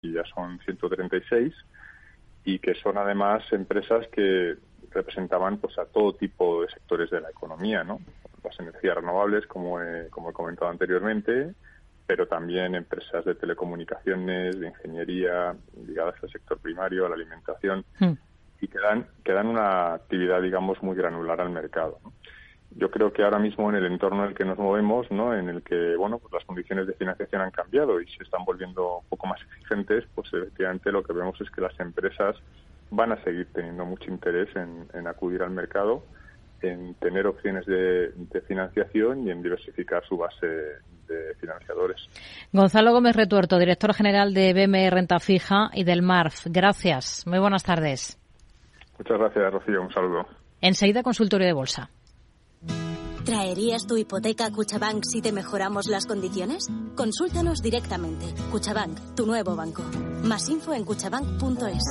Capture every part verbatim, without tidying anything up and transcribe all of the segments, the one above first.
y ya son ciento treinta y seis, y que son además empresas que representaban pues a todo tipo de sectores de la economía, ¿no? Las energías renovables, como he, como he comentado anteriormente, pero también empresas de telecomunicaciones, de ingeniería, ligadas al sector primario, a la alimentación, mm. y que dan, que dan una actividad, digamos, muy granular al mercado, ¿no? Yo creo que ahora mismo en el entorno en el que nos movemos, ¿no?, en el que, bueno, pues las condiciones de financiación han cambiado y se están volviendo un poco más exigentes, pues efectivamente lo que vemos es que las empresas van a seguir teniendo mucho interés en, en acudir al mercado, en tener opciones de, de financiación y en diversificar su base de financiadores. Gonzalo Gómez Retuerto, director general de B M E Renta Fija y del M A R F. Gracias. Muy buenas tardes. Muchas gracias, Rocío. Un saludo. Enseguida, consultorio de bolsa. ¿Traerías tu hipoteca a Cuchabank si te mejoramos las condiciones? Consúltanos directamente. Cuchabank, tu nuevo banco. Más info en cuchabank punto es.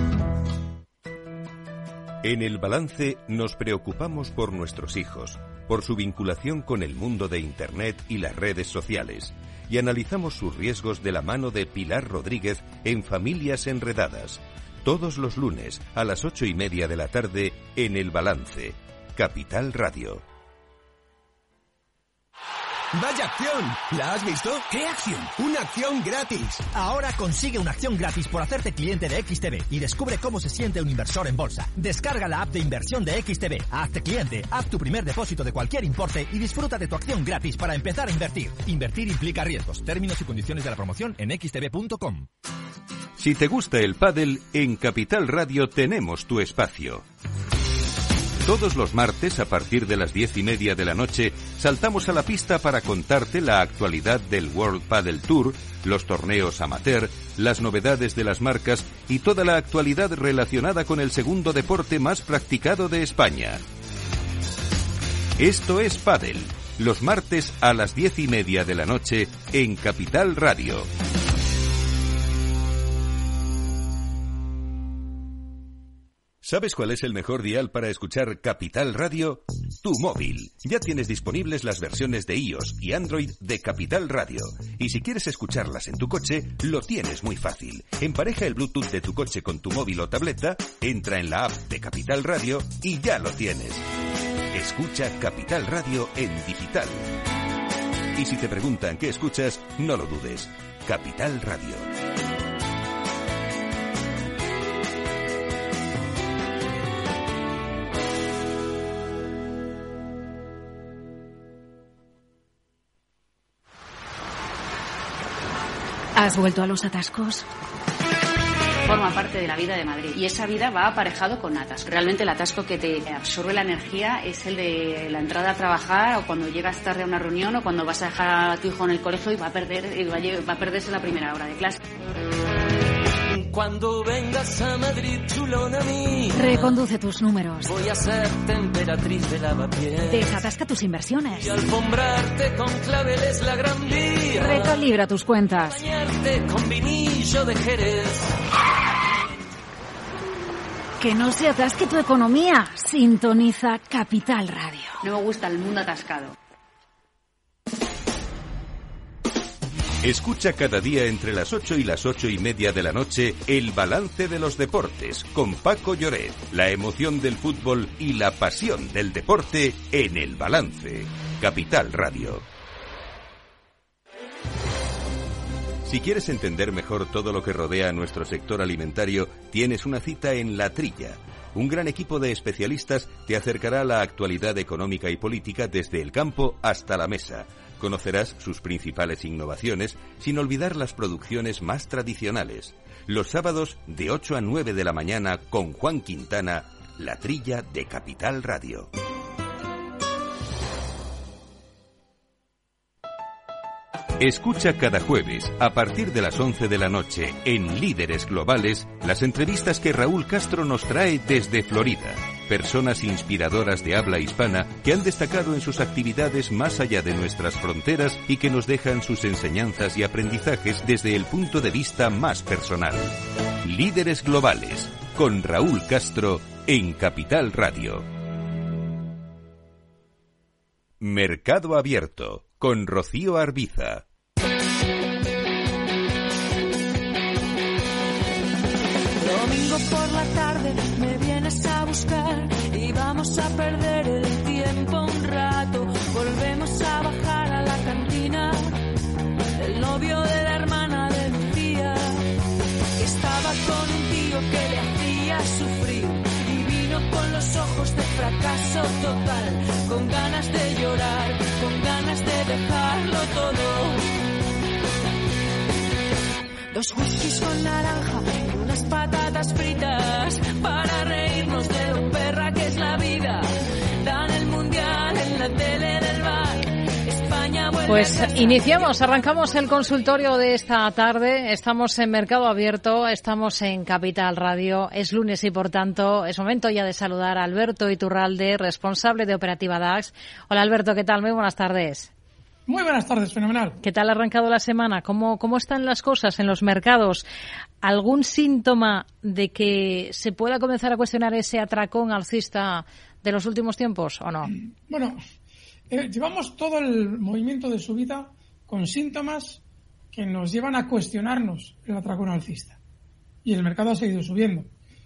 En El Balance nos preocupamos por nuestros hijos, por su vinculación con el mundo de Internet y las redes sociales, y analizamos sus riesgos de la mano de Pilar Rodríguez en Familias Enredadas. Todos los lunes a las ocho y media de la tarde en El Balance. Capital Radio. ¡Vaya acción! ¿La has visto? ¿Qué acción? ¡Una acción gratis! Ahora consigue una acción gratis por hacerte cliente de X T B y descubre cómo se siente un inversor en bolsa. Descarga la app de inversión de X T B, hazte cliente, haz tu primer depósito de cualquier importe y disfruta de tu acción gratis para empezar a invertir. Invertir implica riesgos. Términos y condiciones de la promoción en equis te be punto com. Si te gusta el pádel, en Capital Radio tenemos tu espacio. Todos los martes, a partir de las diez y media de la noche, saltamos a la pista para contarte la actualidad del World Padel Tour, los torneos amateur, las novedades de las marcas y toda la actualidad relacionada con el segundo deporte más practicado de España. Esto es Padel, los martes a las diez y media de la noche en Capital Radio. ¿Sabes cuál es el mejor dial para escuchar Capital Radio? Tu móvil. Ya tienes disponibles las versiones de iOS y Android de Capital Radio. Y si quieres escucharlas en tu coche, lo tienes muy fácil. Empareja el Bluetooth de tu coche con tu móvil o tableta, entra en la app de Capital Radio y ya lo tienes. Escucha Capital Radio en digital. Y si te preguntan qué escuchas, no lo dudes. Capital Radio. ¿Has vuelto a los atascos? Forma parte de la vida de Madrid y esa vida va aparejado con atascos. Realmente el atasco que te absorbe la energía es el de la entrada a trabajar o cuando llegas tarde a una reunión o cuando vas a dejar a tu hijo en el colegio y va a perder y va a, va a perderse la primera hora de clase. Cuando vengas a Madrid, chulona mía, reconduce tus números. Voy a ser temperatriz de lavapiés. Desatasca tus inversiones. Y alfombrarte con claveles la gran vía. Recalibra tus cuentas. Bañarte con vinillo de Jerez. Que no se atasque tu economía. Sintoniza Capital Radio. No me gusta el mundo atascado. Escucha cada día entre las ocho y las ocho y media de la noche El Balance de los Deportes con Paco Lloret. La emoción del fútbol y la pasión del deporte en El Balance. Capital Radio. Si quieres entender mejor todo lo que rodea a nuestro sector alimentario, tienes una cita en La Trilla. Un gran equipo de especialistas te acercará a la actualidad económica y política desde el campo hasta la mesa. Conocerás sus principales innovaciones sin olvidar las producciones más tradicionales. Los sábados de ocho a nueve de la mañana con Juan Quintana, La Trilla de Capital Radio. Escucha cada jueves, a partir de las once de la noche, en Líderes Globales, las entrevistas que Raúl Castro nos trae desde Florida. Personas inspiradoras de habla hispana que han destacado en sus actividades más allá de nuestras fronteras y que nos dejan sus enseñanzas y aprendizajes desde el punto de vista más personal. Líderes Globales, con Raúl Castro, en Capital Radio. Mercado Abierto, con Rocío Arbiza. Domingo por la tarde me vienes a buscar y vamos a perder el tiempo un rato. Volvemos a bajar a la cantina, el novio de la hermana de Lucía, que estaba con un tío que le hacía sufrir y vino con los ojos de fracaso total, con ganas de llorar, con ganas de dejarlo todo. Dos whiskies con naranja y unas patatas fritas para reírnos de lo perra que es la vida. Dan el mundial en la tele del bar. España vuelve. Pues iniciamos, arrancamos el consultorio de esta tarde. Estamos en Mercado Abierto, estamos en Capital Radio. Es lunes y por tanto es momento ya de saludar a Alberto Iturralde, responsable de Operativa DAX. Hola Alberto, ¿qué tal? Muy buenas tardes. Muy buenas tardes, fenomenal. ¿Qué tal ha arrancado la semana? ¿Cómo, cómo están las cosas en los mercados? ¿Algún síntoma de que se pueda comenzar a cuestionar ese atracón alcista de los últimos tiempos o no? Bueno, eh, llevamos todo el movimiento de subida con síntomas que nos llevan a cuestionarnos el atracón alcista. Y el mercado ha seguido subiendo.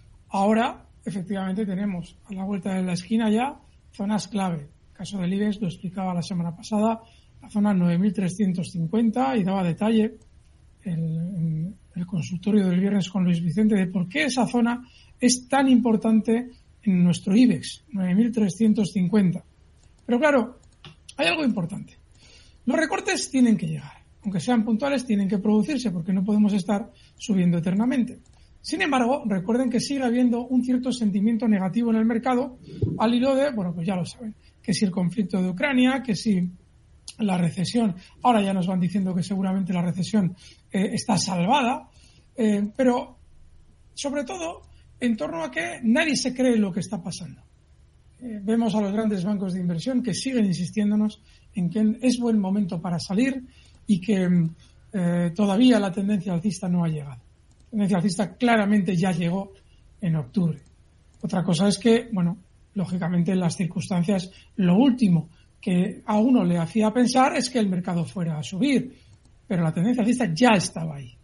Ahora, efectivamente, tenemos a la vuelta de la esquina ya zonas clave. El caso del IBEX lo explicaba la semana pasada, la zona nueve mil trescientos cincuenta, y daba detalle el, en el consultorio del viernes con Luis Vicente de por qué esa zona es tan importante en nuestro IBEX, nueve mil trescientos cincuenta. Pero claro, hay algo importante. Los recortes tienen que llegar. Aunque sean puntuales, tienen que producirse porque no podemos estar subiendo eternamente. Sin embargo, recuerden que sigue habiendo un cierto sentimiento negativo en el mercado al hilo de, bueno, pues ya lo saben, que si el conflicto de Ucrania, que si la recesión, ahora ya nos van diciendo que seguramente la recesión eh, está salvada, eh, pero sobre todo en torno a que nadie se cree lo que está pasando. Eh, vemos a los grandes bancos de inversión que siguen insistiéndonos en que es buen momento para salir y que eh, todavía la tendencia alcista no ha llegado. La tendencia alcista claramente ya llegó en octubre. Otra cosa es que, bueno, lógicamente en las circunstancias, lo último que a uno le hacía pensar es que el mercado fuera a subir, pero la tendencia alcista ya estaba ahí.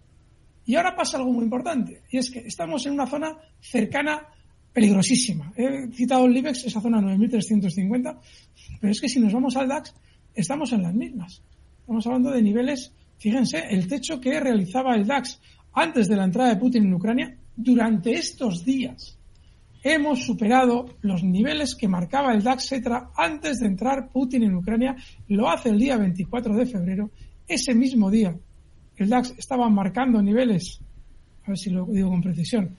Y ahora pasa algo muy importante, y es que estamos en una zona cercana, peligrosísima. He citado el IBEX, esa zona nueve mil trescientos cincuenta, pero es que si nos vamos al DAX, estamos en las mismas. Estamos hablando de niveles, fíjense, el techo que realizaba el DAX antes de la entrada de Putin en Ucrania, durante estos días. Hemos superado los niveles que marcaba el DAX Xetra antes de entrar Putin en Ucrania. Lo hace el día veinticuatro de febrero. Ese mismo día, el DAX estaba marcando niveles, a ver si lo digo con precisión,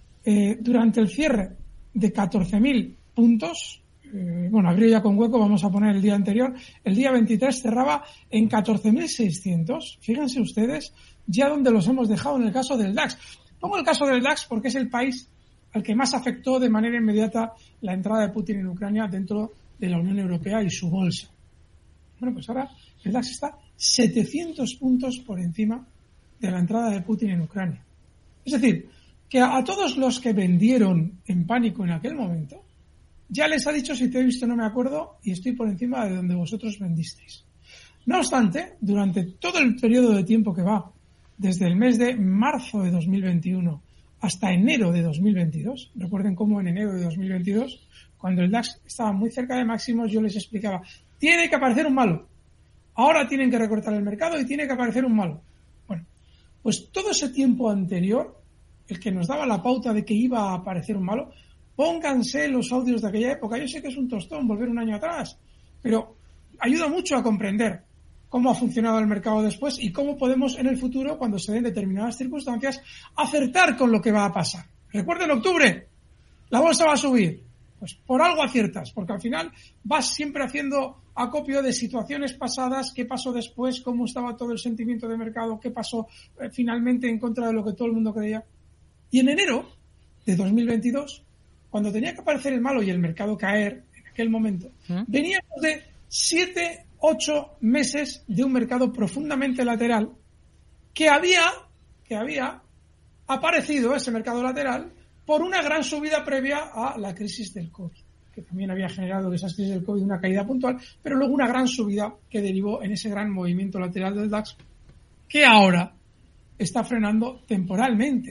eh, durante el cierre de catorce mil puntos. Eh, bueno, abrió ya con hueco, vamos a poner el día anterior. El día veintitrés cerraba en catorce mil seiscientos. Fíjense ustedes ya donde los hemos dejado en el caso del DAX. Pongo el caso del DAX porque es el país al que más afectó de manera inmediata la entrada de Putin en Ucrania dentro de la Unión Europea y su bolsa. Bueno, pues ahora el DAX está setecientos puntos por encima de la entrada de Putin en Ucrania. Es decir, que a, a todos los que vendieron en pánico en aquel momento, ya les ha dicho si te he visto no me acuerdo y estoy por encima de donde vosotros vendisteis. No obstante, durante todo el periodo de tiempo que va, desde el mes de marzo de dos mil veintiuno hasta enero de dos mil veintidós. Recuerden cómo en enero de dos mil veintidós, cuando el DAX estaba muy cerca de máximos, yo les explicaba, tiene que aparecer un malo. Ahora tienen que recortar el mercado y tiene que aparecer un malo. Bueno, pues todo ese tiempo anterior, el que nos daba la pauta de que iba a aparecer un malo, pónganse los audios de aquella época. Yo sé que es un tostón volver un año atrás, pero ayuda mucho a comprender cómo ha funcionado el mercado después y cómo podemos en el futuro, cuando se den determinadas circunstancias, acertar con lo que va a pasar. Recuerden octubre, la bolsa va a subir. Pues por algo aciertas, porque al final vas siempre haciendo acopio de situaciones pasadas, qué pasó después, cómo estaba todo el sentimiento de mercado, qué pasó eh, finalmente en contra de lo que todo el mundo creía. Y en enero de dos mil veintidós, cuando tenía que aparecer el malo y el mercado caer en aquel momento, ¿Mm? veníamos de siete ocho meses de un mercado profundamente lateral que había, que había aparecido ese mercado lateral por una gran subida previa a la crisis del COVID, que también había generado de esas crisis del COVID una caída puntual, pero luego una gran subida que derivó en ese gran movimiento lateral del DAX que ahora está frenando temporalmente.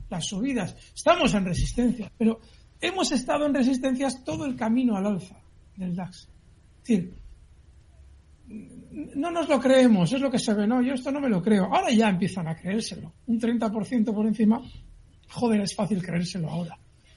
las subidas. Estamos en resistencia, pero hemos estado en resistencias todo el camino al alza del DAX. Es decir, no nos lo creemos, es lo que se ve, no, yo esto no me lo creo. Ahora ya empiezan a creérselo. Un treinta por ciento por encima, joder, es fácil creérselo ahora.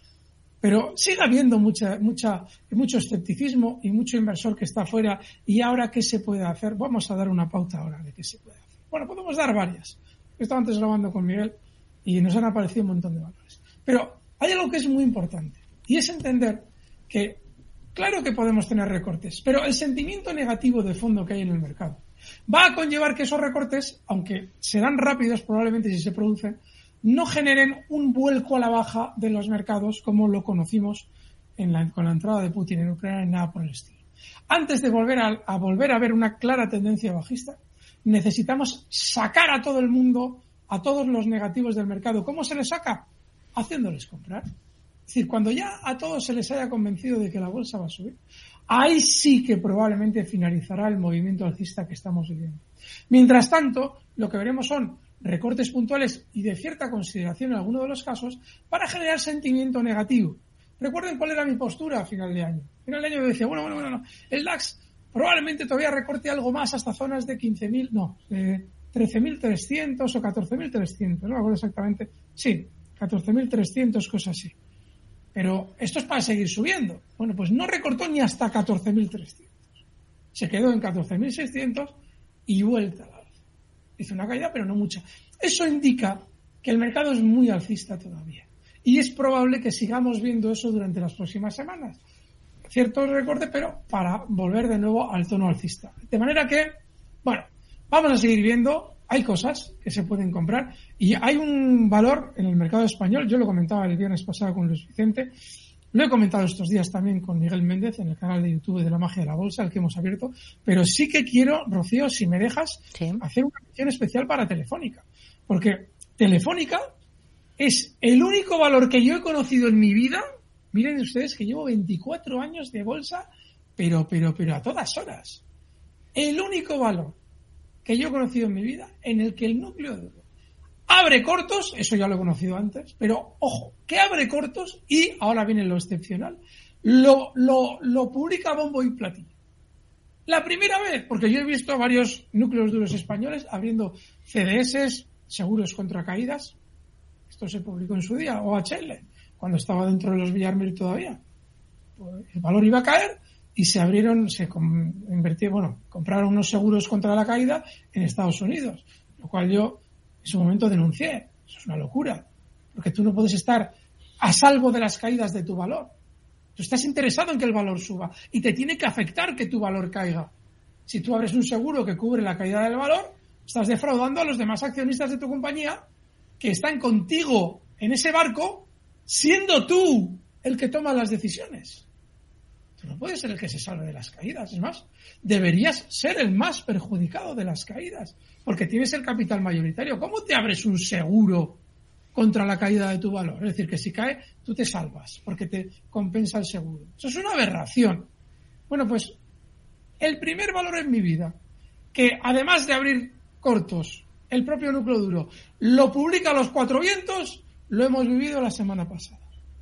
Pero sigue habiendo mucha, mucha, mucho escepticismo y mucho inversor que está afuera. ¿Y ahora qué se puede hacer? Vamos a dar una pauta ahora de qué se puede hacer. Bueno, podemos dar varias. Estaba antes grabando con Miguel y nos han aparecido un montón de valores. Pero hay algo que es muy importante y es entender que, claro que podemos tener recortes, pero el sentimiento negativo de fondo que hay en el mercado va a conllevar que esos recortes, aunque serán rápidos probablemente si se producen, no generen un vuelco a la baja de los mercados como lo conocimos en la, con la entrada de Putin en Ucrania, ni nada por el estilo. Antes de volver a, a volver a ver una clara tendencia bajista, necesitamos sacar a todo el mundo, a todos los negativos del mercado. ¿Cómo se les saca? Haciéndoles comprar. Es decir, cuando ya a todos se les haya convencido de que la bolsa va a subir, ahí sí que probablemente finalizará el movimiento alcista que estamos viviendo. Mientras tanto, lo que veremos son recortes puntuales y de cierta consideración en algunos de los casos para generar sentimiento negativo. Recuerden cuál era mi postura a final de año. A final de año yo decía, bueno, bueno, bueno, no. El DAX probablemente todavía recorte algo más hasta zonas de quince mil, no, de trece mil trescientos o catorce mil trescientos, no me acuerdo exactamente. Sí, catorce mil trescientos, cosas así. Pero esto es para seguir subiendo. Bueno, pues no recortó ni hasta catorce mil trescientos. Se quedó en catorce mil seiscientos y vuelta a la alza. Hizo una caída, pero no mucha. Eso indica que el mercado es muy alcista todavía. Y es probable que sigamos viendo eso durante las próximas semanas. Cierto recorte, pero para volver de nuevo al tono alcista. De manera que, bueno, vamos a seguir viendo. Hay cosas que se pueden comprar y hay un valor en el mercado español. Yo lo comentaba el viernes pasado con Luis Vicente. Lo he comentado estos días también con Miguel Méndez en el canal de YouTube de la Magia de la Bolsa, el que hemos abierto. Pero sí que quiero, Rocío, si me dejas, sí, hacer una mención especial para Telefónica. Porque Telefónica es el único valor que yo he conocido en mi vida. Miren ustedes que llevo veinticuatro años de bolsa, pero, pero, pero a todas horas. El único valor que yo he conocido en mi vida en el que el núcleo duro abre cortos, eso ya lo he conocido antes, pero ojo, que abre cortos y, ahora viene lo excepcional, lo, lo, lo publica bombo y platillo. La primera vez, porque yo he visto varios núcleos duros españoles abriendo C D S, seguros contra caídas, esto se publicó en su día, O H L, cuando estaba dentro de los Villarmir todavía. Pues el valor iba a caer y se abrieron, se invirtieron, bueno, compraron unos seguros contra la caída en Estados Unidos, lo cual yo en su momento denuncié. Eso es una locura, porque tú no puedes estar a salvo de las caídas de tu valor. Tú estás interesado en que el valor suba y te tiene que afectar que tu valor caiga. Si tú abres un seguro que cubre la caída del valor, estás defraudando a los demás accionistas de tu compañía que están contigo en ese barco, siendo tú el que toma las decisiones. Tú no puedes ser el que se salve de las caídas. Es más, deberías ser el más perjudicado de las caídas, porque tienes el capital mayoritario. ¿Cómo te abres un seguro contra la caída de tu valor? Es decir, que si cae, tú te salvas, porque te compensa el seguro. Eso es una aberración. Bueno, pues, el primer valor en mi vida, que además de abrir cortos, el propio núcleo duro, lo publica a los cuatro vientos, lo hemos vivido la semana pasada.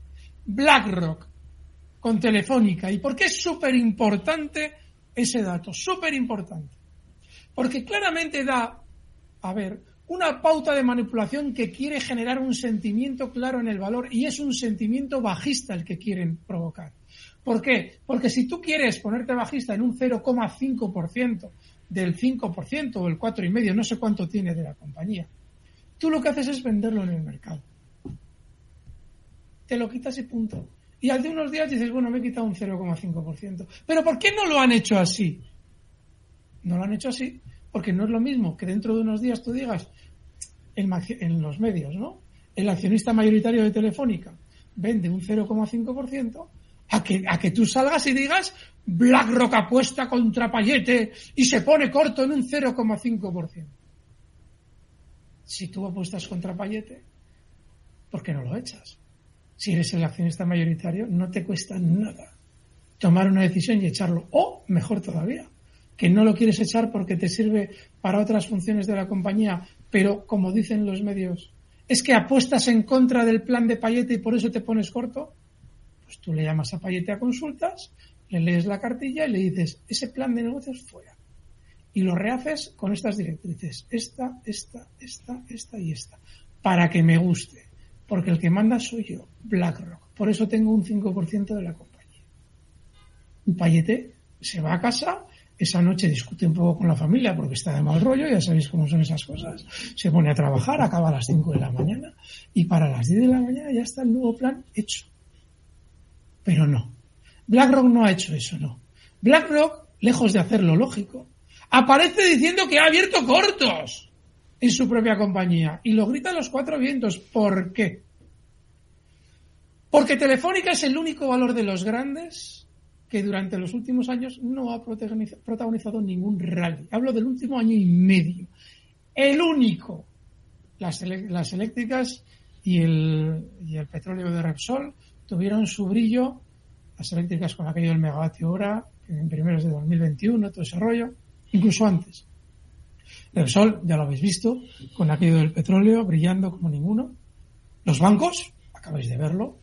BlackRock, con Telefónica. ¿Y por qué es súper importante ese dato? Súper importante. Porque claramente da, a ver, una pauta de manipulación que quiere generar un sentimiento claro en el valor, y es un sentimiento bajista el que quieren provocar. ¿Por qué? Porque si tú quieres ponerte bajista en un cero coma cinco por ciento del cinco por ciento o el cuatro coma cinco por ciento, no sé cuánto tiene de la compañía, tú lo que haces es venderlo en el mercado. Te lo quitas y punto. Y al de unos días dices, bueno, me he quitado un cero coma cinco por ciento. ¿Pero por qué no lo han hecho así? No lo han hecho así porque no es lo mismo que dentro de unos días tú digas en, en los medios, ¿no? El accionista mayoritario de Telefónica vende un cero coma cinco por ciento a que, a que tú salgas y digas BlackRock apuesta contra Payete y se pone corto en un cero coma cinco por ciento. Si tú apuestas contra Payete, ¿por qué no lo echas? Si eres el accionista mayoritario, no te cuesta nada tomar una decisión y echarlo. O, mejor todavía, que no lo quieres echar porque te sirve para otras funciones de la compañía, pero, como dicen los medios, es que apuestas en contra del plan de Payete y por eso te pones corto, pues tú le llamas a Payete a consultas, le lees la cartilla y le dices, ese plan de negocios fuera. Y lo rehaces con estas directrices, esta, esta, esta, esta y esta, para que me guste, porque el que manda soy yo, BlackRock, por eso tengo un cinco por ciento de la compañía. Y Payete se va a casa, esa noche discute un poco con la familia porque está de mal rollo, ya sabéis cómo son esas cosas, se pone a trabajar, acaba a las cinco de la mañana y para las diez de la mañana ya está el nuevo plan hecho. Pero no, BlackRock no ha hecho eso, no. BlackRock, lejos de hacer lo lógico, aparece diciendo que ha abierto cortos en su propia compañía y lo grita a los cuatro vientos. ¿Por qué? Porque Telefónica es el único valor de los grandes que durante los últimos años no ha protagonizado ningún rally. Hablo del último año y medio. El único. Las, las eléctricas y el, y el petróleo de Repsol tuvieron su brillo, las eléctricas con aquello del megavatio hora, en primeros de dos mil veintiuno, todo ese rollo, incluso antes. Repsol, ya lo habéis visto, con aquello del petróleo brillando como ninguno. Los bancos, acabáis de verlo,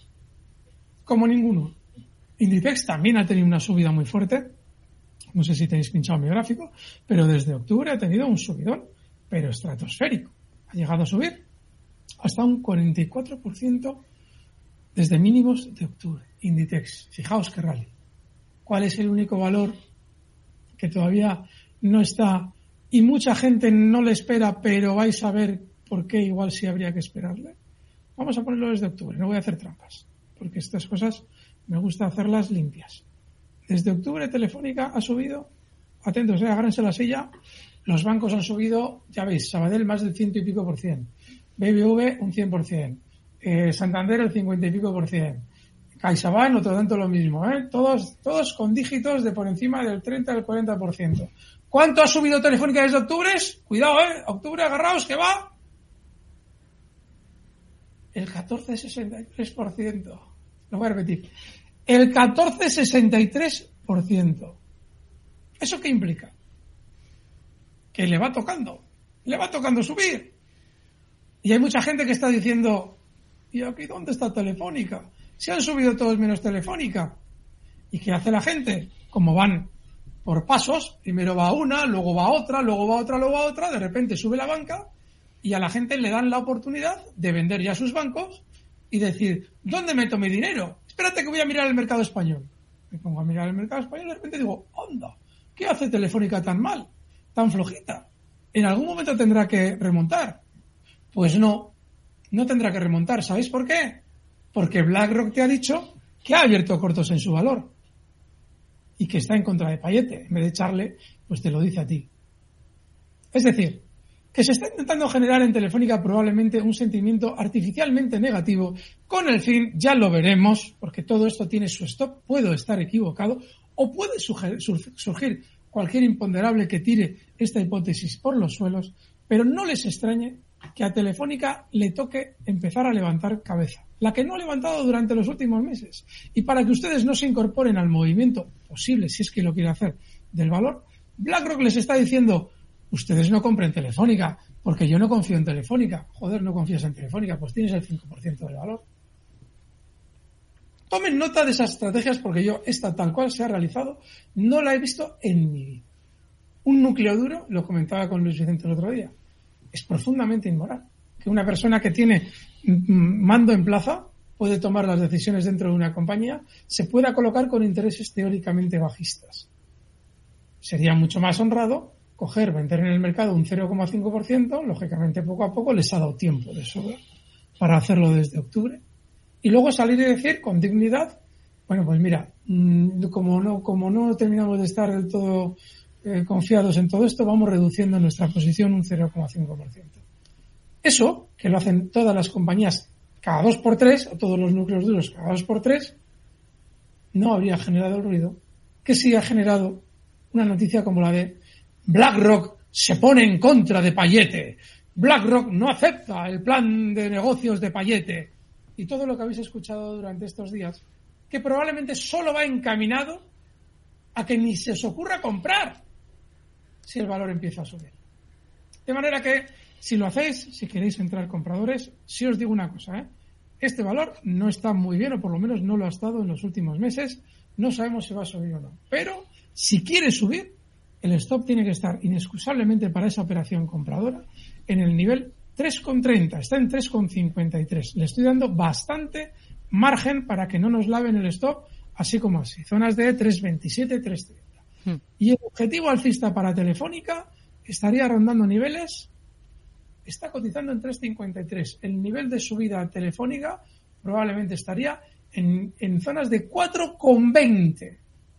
como ninguno. Inditex también ha tenido una subida muy fuerte, no sé si tenéis pinchado mi gráfico, pero desde octubre ha tenido un subidón, pero estratosférico. Ha llegado a subir hasta un cuarenta y cuatro por ciento desde mínimos de octubre. Inditex, fijaos qué rally. ¿Cuál es el único valor que todavía no está y mucha gente no le espera, pero vais a ver por qué igual sí habría que esperarle? Vamos a ponerlo desde octubre, no voy a hacer trampas, porque estas cosas me gusta hacerlas limpias. Desde octubre Telefónica ha subido, atentos, eh, agárrense la silla, los bancos han subido, ya veis, Sabadell más del ciento y pico por cien, B B V un cien por cien, eh, Santander el cincuenta y pico por cien, CaixaBank otro tanto lo mismo, eh, todos, todos con dígitos de por encima del treinta al cuarenta por ciento. ¿Cuánto ha subido Telefónica desde octubre? Cuidado, eh, octubre, agarraos que va el catorce coma sesenta y tres por ciento. Lo voy a repetir. El catorce coma sesenta y tres por ciento. ¿Eso qué implica? Que le va tocando. Le va tocando subir. Y hay mucha gente que está diciendo, ¿y aquí dónde está Telefónica? Se han subido todos menos Telefónica. ¿Y qué hace la gente? Como van por pasos, primero va una, luego va otra, luego va otra, luego va otra, de repente sube la banca y a la gente le dan la oportunidad de vender ya sus bancos y decir, ¿dónde meto mi dinero? Espérate que voy a mirar el mercado español. Me pongo a mirar el mercado español y de repente digo, anda, ¿qué hace Telefónica tan mal? Tan flojita. ¿En algún momento tendrá que remontar? Pues no, no tendrá que remontar. ¿Sabéis por qué? Porque BlackRock te ha dicho que ha abierto cortos en su valor y que está en contra de Payete. En vez de echarle, pues te lo dice a ti. Es decir, que se está intentando generar en Telefónica probablemente un sentimiento artificialmente negativo con el fin, ya lo veremos, porque todo esto tiene su stop, puedo estar equivocado, o puede surgir cualquier imponderable que tire esta hipótesis por los suelos, pero no les extrañe que a Telefónica le toque empezar a levantar cabeza, la que no ha levantado durante los últimos meses. Y para que ustedes no se incorporen al movimiento posible, si es que lo quiere hacer, del valor, BlackRock les está diciendo, ustedes no compren Telefónica, porque yo no confío en Telefónica. Joder, no confías en Telefónica, pues tienes el cinco por ciento del valor. Tomen nota de esas estrategias porque yo, esta tal cual se ha realizado, no la he visto en mi vida. Un núcleo duro, lo comentaba con Luis Vicente el otro día, es profundamente inmoral. Que una persona que tiene mando en plaza puede tomar las decisiones dentro de una compañía, se pueda colocar con intereses teóricamente bajistas. Sería mucho más honrado coger, vender en el mercado un cero coma cinco por ciento, lógicamente poco a poco les ha dado tiempo de sobra para hacerlo desde octubre, y luego salir y decir con dignidad, bueno, pues mira, como no, como no terminamos de estar del todo eh, confiados en todo esto, vamos reduciendo nuestra posición un cero coma cinco por ciento. Eso, que lo hacen todas las compañías cada dos por tres, o todos los núcleos duros cada dos por tres, no habría generado el ruido que sí ha generado una noticia como la de BlackRock se pone en contra de Payete. BlackRock no acepta el plan de negocios de Payete. Y todo lo que habéis escuchado durante estos días, que probablemente solo va encaminado a que ni se os ocurra comprar si el valor empieza a subir. De manera que Si lo hacéis, si queréis entrar compradores, sí os digo una cosa, ¿eh? Este valor no está muy bien, o por lo menos no lo ha estado en los últimos meses. No sabemos si va a subir o no. Pero si quiere subir, el stop tiene que estar inexcusablemente para esa operación compradora en el nivel tres coma treinta. Está en tres coma cincuenta y tres. Le estoy dando bastante margen para que no nos laven el stop, así como así. Zonas de tres coma veintisiete, tres coma treinta. Hmm. Y el objetivo alcista para Telefónica estaría rondando niveles, está cotizando en tres coma cincuenta y tres. El nivel de subida Telefónica probablemente estaría en, en zonas de cuatro coma veinte.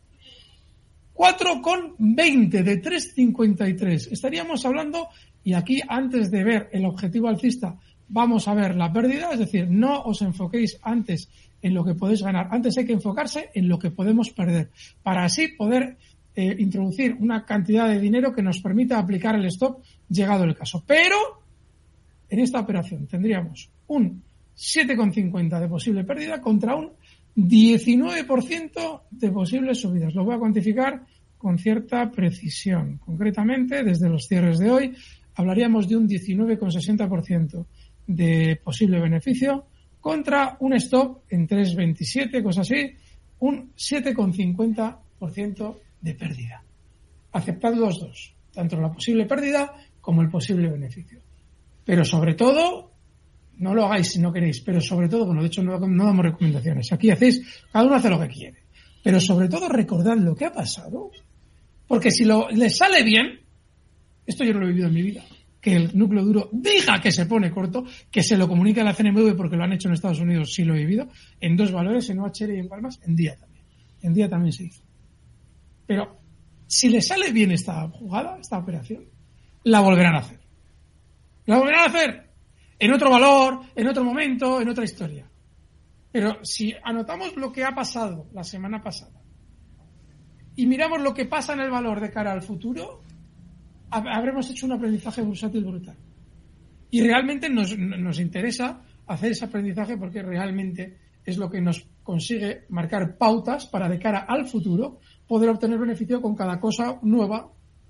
cuatro coma veinte de tres coma cincuenta y tres. Estaríamos hablando, y aquí antes de ver el objetivo alcista vamos a ver la pérdida, es decir, no os enfoquéis antes en lo que podéis ganar. Antes hay que enfocarse en lo que podemos perder, para así poder eh, introducir una cantidad de dinero que nos permita aplicar el stop llegado el caso. Pero en esta operación tendríamos un siete coma cincuenta de posible pérdida contra un diecinueve por ciento de posibles subidas. Lo voy a cuantificar con cierta precisión. Concretamente, desde los cierres de hoy, hablaríamos de un diecinueve coma sesenta por ciento de posible beneficio contra un stop en tres coma veintisiete, cosas así, un siete coma cincuenta por ciento de pérdida. Aceptad los dos, tanto la posible pérdida como el posible beneficio. Pero sobre todo, no lo hagáis si no queréis, pero sobre todo, bueno, de hecho no, no damos recomendaciones. Aquí hacéis, cada uno hace lo que quiere. Pero sobre todo recordad lo que ha pasado, porque si lo les sale bien, esto yo no lo he vivido en mi vida, que el núcleo duro diga que se pone corto, que se lo comunique a la C N M V porque lo han hecho en Estados Unidos, sí lo he vivido, en dos valores, en O H L y en Palmas, en día también. En día también se hizo. Pero si les sale bien esta jugada, esta operación, la volverán a hacer. La volverán a hacer en otro valor, en otro momento, en otra historia. Pero si anotamos lo que ha pasado la semana pasada y miramos lo que pasa en el valor de cara al futuro, habremos hecho un aprendizaje bursátil brutal. Y realmente nos, nos interesa hacer ese aprendizaje porque realmente es lo que nos consigue marcar pautas para de cara al futuro poder obtener beneficio con cada cosa nueva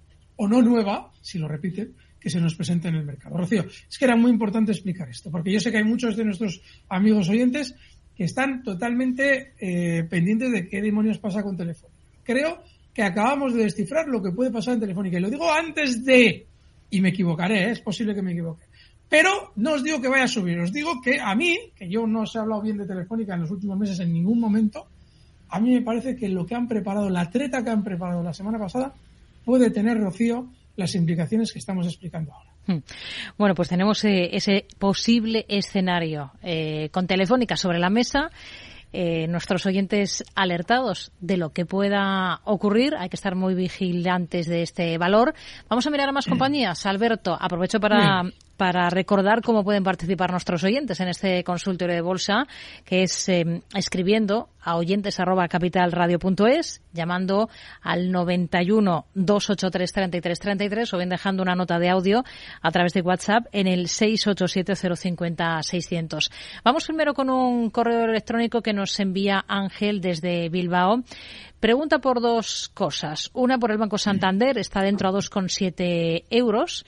o no nueva, si lo repiten, que se nos presente en el mercado. Rocío, es que era muy importante explicar esto, porque yo sé que hay muchos de nuestros amigos oyentes que están totalmente eh, pendientes de qué demonios pasa con Telefónica. Creo que acabamos de descifrar lo que puede pasar en Telefónica, y lo digo antes de, y me equivocaré, ¿eh? Es posible que me equivoque, pero no os digo que vaya a subir, os digo que a mí, que yo no os he hablado bien de Telefónica en los últimos meses en ningún momento, a mí me parece que lo que han preparado, la treta que han preparado la semana pasada, puede tener, Rocío, las implicaciones que estamos explicando ahora. Bueno, pues tenemos eh, ese posible escenario eh, con Telefónica sobre la mesa. Eh, nuestros oyentes alertados de lo que pueda ocurrir. Hay que estar muy vigilantes de este valor. Vamos a mirar a más compañías. Alberto, aprovecho para, para recordar cómo pueden participar nuestros oyentes en este consultorio de bolsa, que es eh, escribiendo a oyentes arroba capitalradio punto es, llamando al noventa y uno, doscientos ochenta y tres, treinta y tres treinta y tres o bien dejando una nota de audio a través de WhatsApp en el seis ocho siete cero cinco cero seiscientos. Vamos primero con un correo electrónico que nos envía Ángel desde Bilbao. Pregunta por dos cosas. Una por el Banco Santander, está dentro a dos coma siete euros.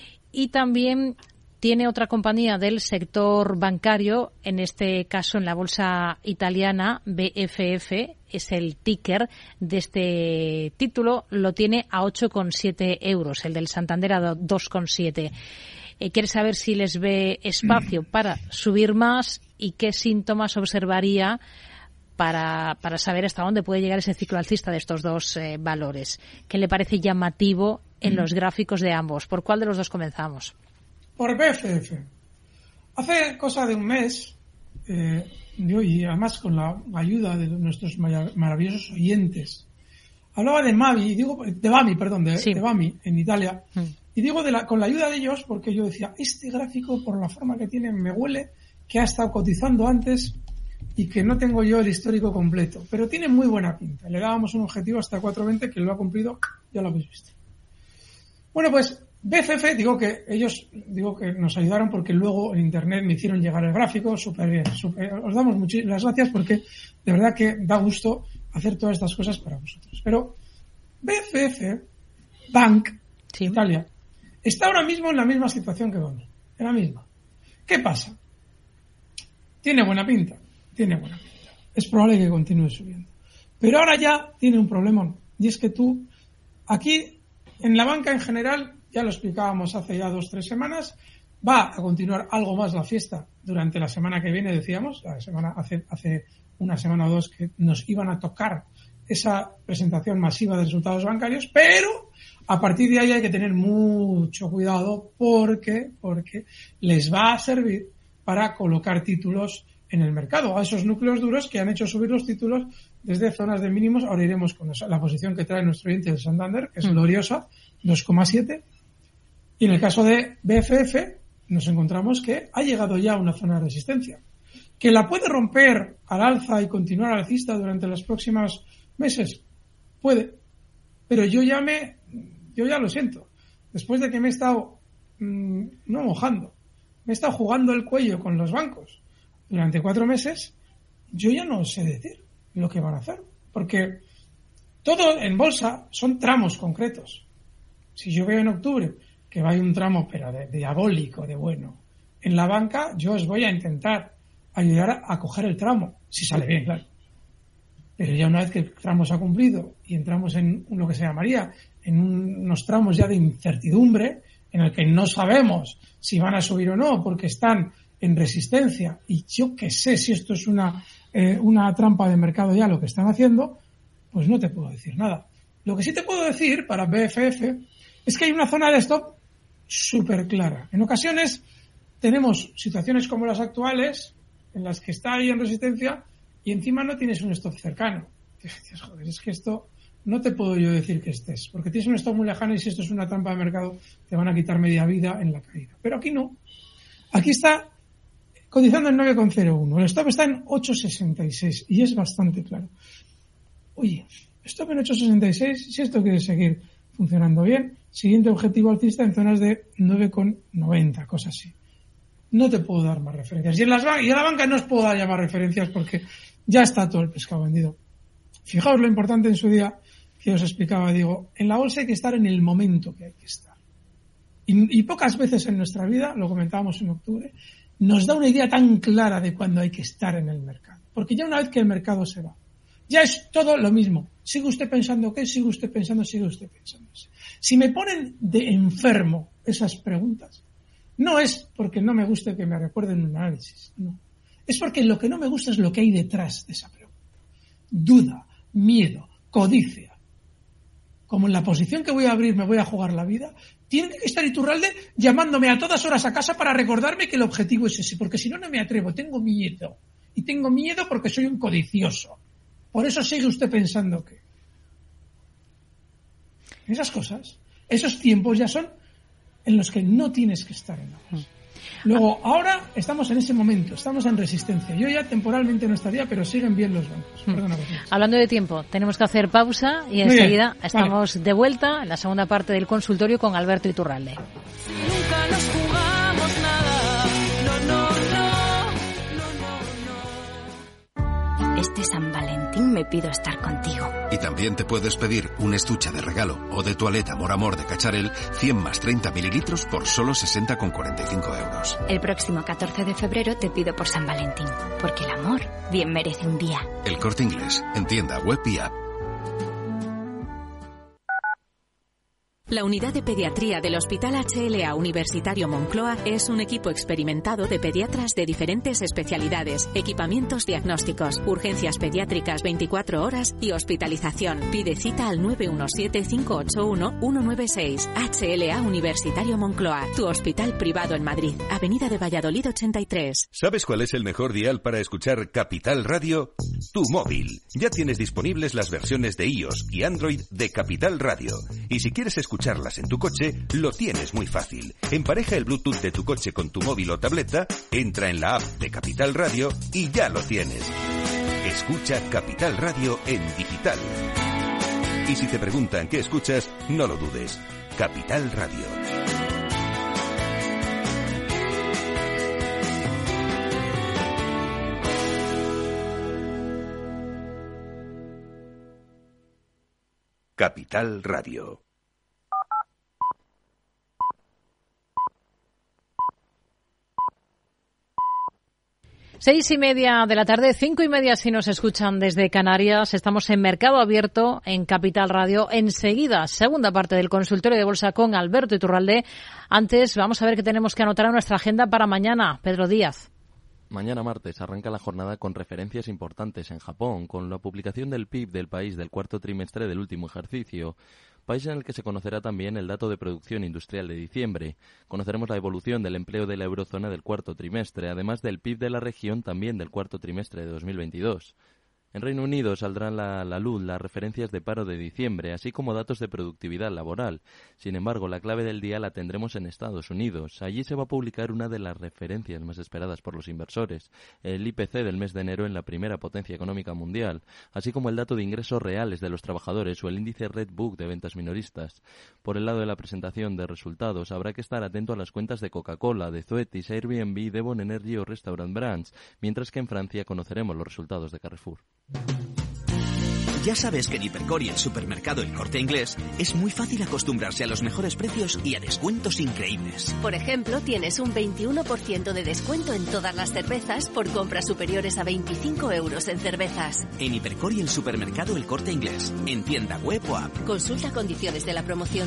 Y también tiene otra compañía del sector bancario, en este caso en la bolsa italiana, B F F, es el ticker de este título, lo tiene a ocho coma siete euros, el del Santander a dos coma siete. Eh, quiere saber si les ve espacio para subir más y qué síntomas observaría para, para saber hasta dónde puede llegar ese ciclo alcista de estos dos eh, valores. ¿Qué le parece llamativo en los gráficos de ambos? ¿Por cuál de los dos comenzamos? Por B F F. Hace cosa de un mes, eh, y además con la ayuda de nuestros maravillosos oyentes, hablaba de Mavi, digo, de Bami, perdón, de, sí. de Bami en Italia, mm. y digo de la, con la ayuda de ellos, porque yo decía, este gráfico, por la forma que tiene, me huele que ha estado cotizando antes y que no tengo yo el histórico completo, pero tiene muy buena pinta. Le dábamos un objetivo hasta cuatro veinte que lo ha cumplido, ya lo habéis visto. Bueno, pues B F F, digo que ellos, digo que nos ayudaron porque luego en internet me hicieron llegar el gráfico, súper bien. Super, os damos muchas gracias porque de verdad que da gusto hacer todas estas cosas para vosotros. Pero B F F Bank, sí. Italia, está ahora mismo en la misma situación que Goldman, en la misma. ¿Qué pasa? Tiene buena pinta, tiene buena pinta. Es probable que continúe subiendo. Pero ahora ya tiene un problema, y es que tú, aquí, en la banca en general, ya lo explicábamos hace ya dos, tres semanas, va a continuar algo más la fiesta durante la semana que viene, decíamos, la semana hace, hace una semana o dos que nos iban a tocar esa presentación masiva de resultados bancarios, pero a partir de ahí hay que tener mucho cuidado porque, porque les va a servir para colocar títulos en el mercado, a esos núcleos duros que han hecho subir los títulos desde zonas de mínimos. Ahora iremos con esa, la posición que trae nuestro índice de Santander, que es gloriosa, dos coma siete, y en el caso de B F F nos encontramos que ha llegado ya a una zona de resistencia, que la puede romper al alza y continuar alcista durante los próximos meses, puede, pero yo ya me, yo ya lo siento, después de que me he estado mmm, no mojando, me he estado jugando el cuello con los bancos durante cuatro meses, yo ya no sé decir lo que van a hacer, porque todo en bolsa son tramos concretos. Si yo veo en octubre que va a ir un tramo pero de, de diabólico, de bueno, en la banca yo os voy a intentar ayudar a, a coger el tramo, si sale bien, claro. Pero ya una vez que el tramo se ha cumplido y entramos en lo que se llamaría en un, unos tramos ya de incertidumbre, en el que no sabemos si van a subir o no, porque están en resistencia, y yo que sé si esto es una, eh, una trampa de mercado ya lo que están haciendo, pues no te puedo decir nada. Lo que sí te puedo decir para B F F es que hay una zona de stop súper clara. En ocasiones tenemos situaciones como las actuales, en las que está ahí en resistencia, y encima no tienes un stop cercano. Dices, joder, es que esto no te puedo yo decir que estés, porque tienes un stop muy lejano y si esto es una trampa de mercado te van a quitar media vida en la caída. Pero aquí no. Aquí está cotizando en nueve coma cero uno. El stop está en ocho coma sesenta y seis y es bastante claro. Oye, stop en ocho coma sesenta y seis, si esto quiere seguir funcionando bien, siguiente objetivo alcista en zonas de nueve coma noventa, cosas así. No te puedo dar más referencias. Y en, las ban- y en la banca no os puedo dar ya más referencias porque ya está todo el pescado vendido. Fijaos lo importante en su día que os explicaba, digo, en la bolsa hay que estar en el momento que hay que estar. Y, y pocas veces en nuestra vida, lo comentábamos en octubre, nos da una idea tan clara de cuándo hay que estar en el mercado. Porque ya una vez que el mercado se va, ya es todo lo mismo. Sigue usted pensando qué, sigue usted pensando, sigue usted pensando. Si me ponen de enfermo esas preguntas, no es porque no me guste que me recuerden un análisis, no. Es porque lo que no me gusta es lo que hay detrás de esa pregunta. Duda, miedo, codicia. Como en la posición que voy a abrir me voy a jugar la vida, tiene que estar Iturralde llamándome a todas horas a casa para recordarme que el objetivo es ese, porque si no, no me atrevo, tengo miedo. Y tengo miedo porque soy un codicioso. Por eso sigue usted pensando que... Esas cosas, esos tiempos ya son en los que no tienes que estar en la bolsa. Luego, ahora estamos en ese momento, estamos en resistencia. Yo ya temporalmente no estaría, pero siguen bien los bancos. Perdona, Hablando de tiempo, tenemos que hacer pausa y enseguida estamos vale. de vuelta en la segunda parte del consultorio con Alberto Iturralde. Nunca nos jugamos nada, no, no, no, no, no. Este San Valentín me pido estar contigo. Y también te puedes pedir un estuche de regalo o de toaleta Amor Amor de Cacharel, cien más treinta mililitros por solo sesenta con cuarenta y cinco euros. El próximo catorce de febrero te pido por San Valentín, porque el amor bien merece un día. El Corte Inglés, en tienda web y app. La unidad de pediatría del Hospital H L A Universitario Moncloa es un equipo experimentado de pediatras de diferentes especialidades, equipamientos diagnósticos, urgencias pediátricas veinticuatro horas y hospitalización. Pide cita al nueve uno siete, cinco ocho uno, uno nueve seis. H L A Universitario Moncloa, tu hospital privado en Madrid, Avenida de Valladolid ochenta y tres. ¿Sabes cuál es el mejor dial para escuchar Capital Radio? Tu móvil. Ya tienes disponibles las versiones de iOS y Android de Capital Radio. Y si quieres escuchar escucharlas en tu coche, lo tienes muy fácil. Empareja el Bluetooth de tu coche con tu móvil o tableta, entra en la app de Capital Radio y ya lo tienes. Escucha Capital Radio en digital. Y si te preguntan qué escuchas, no lo dudes. Capital Radio. Capital Radio. Seis y media de la tarde, cinco y media si nos escuchan desde Canarias. Estamos en Mercado Abierto, en Capital Radio. Enseguida, segunda parte del consultorio de bolsa con Alberto Iturralde. Antes, vamos a ver qué tenemos que anotar en nuestra agenda para mañana. Pedro Díaz. Mañana martes arranca la jornada con referencias importantes en Japón, con la publicación del P I B del país del cuarto trimestre del último ejercicio, país en el que se conocerá también el dato de producción industrial de diciembre. Conoceremos la evolución del empleo de la eurozona del cuarto trimestre, además del P I B de la región también del cuarto trimestre de dos mil veintidós. En Reino Unido saldrán a la luz las referencias de paro de diciembre, así como datos de productividad laboral. Sin embargo, la clave del día la tendremos en Estados Unidos. Allí se va a publicar una de las referencias más esperadas por los inversores, el I P C del mes de enero en la primera potencia económica mundial, así como el dato de ingresos reales de los trabajadores o el índice Redbook de ventas minoristas. Por el lado de la presentación de resultados, habrá que estar atento a las cuentas de Coca-Cola, de Zoetis, Airbnb, Devon Energy o Restaurant Brands, mientras que en Francia conoceremos los resultados de Carrefour. Ya sabes que en Hipercor y el supermercado El Corte Inglés es muy fácil acostumbrarse a los mejores precios y a descuentos increíbles. Por ejemplo, tienes un veintiuno por ciento de descuento en todas las cervezas por compras superiores a veinticinco euros en cervezas. En Hipercor y el supermercado El Corte Inglés, en tienda web o app. Consulta condiciones de la promoción.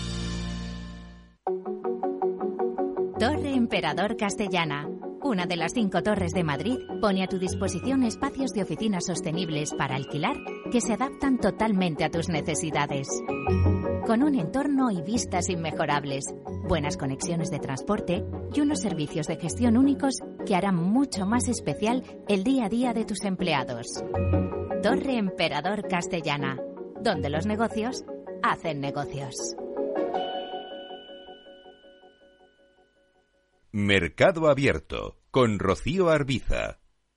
Torre Emperador Castellana. Una de las cinco torres de Madrid pone a tu disposición espacios de oficinas sostenibles para alquilar que se adaptan totalmente a tus necesidades. Con un entorno y vistas inmejorables, buenas conexiones de transporte y unos servicios de gestión únicos que harán mucho más especial el día a día de tus empleados. Torre Emperador Castellana, donde los negocios hacen negocios. Mercado Abierto, con Rocío Arbiza.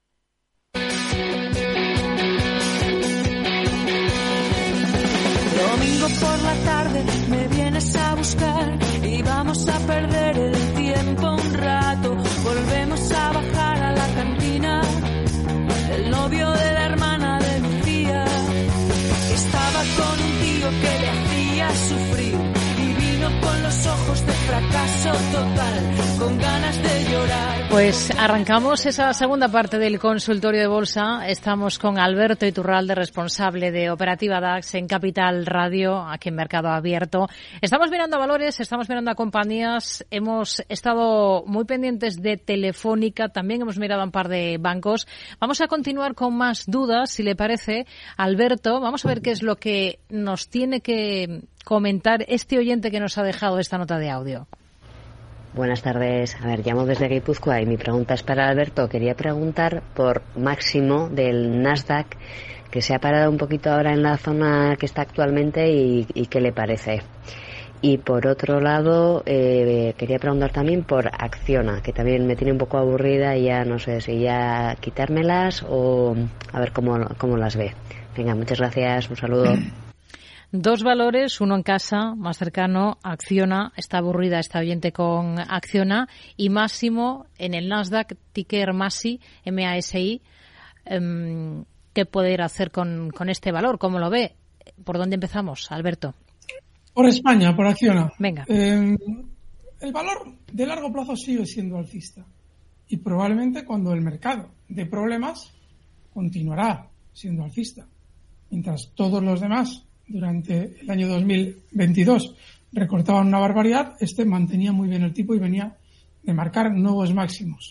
Domingo por la tarde me vienes a buscar y vamos a perder el tiempo un rato. Volvemos a bajar a la cantina, el novio de la hermana de Lucía, que estaba con un tío que le hacía sufrir. Con los ojos de fracaso total, con ganas de llorar. Pues arrancamos esa segunda parte del consultorio de bolsa. Estamos con Alberto Iturralde, responsable de Operativa DAX en Capital Radio, aquí en Mercado Abierto. Estamos mirando a valores, estamos mirando a compañías. Hemos estado muy pendientes de Telefónica, también hemos mirado a un par de bancos. Vamos a continuar con más dudas, si le parece, Alberto. Vamos a ver qué es lo que nos tiene que comentar este oyente que nos ha dejado esta nota de audio. Buenas tardes. A ver, llamo desde Guipúzcoa y mi pregunta es para Alberto. Quería preguntar por Máximo del Nasdaq, que se ha parado un poquito ahora en la zona que está actualmente y, y qué le parece. Y por otro lado, eh, quería preguntar también por Acciona, que también me tiene un poco aburrida y ya no sé si ya quitármelas o a ver cómo, cómo las ve. Venga, muchas gracias. Un saludo. Dos valores, uno en casa, más cercano, Acciona, está aburrida esta oyente con Acciona, y Máximo en el Nasdaq, ticker MASI, M A S I. Um, ¿Qué poder hacer con, con este valor? ¿Cómo lo ve? ¿Por dónde empezamos, Alberto? Por España, por Acciona. Venga. Eh, el valor de largo plazo sigue siendo alcista y probablemente cuando el mercado dé problemas continuará siendo alcista. Mientras todos los demás durante el año dos mil veintidós recortaban una barbaridad, este mantenía muy bien el tipo y venía de marcar nuevos máximos.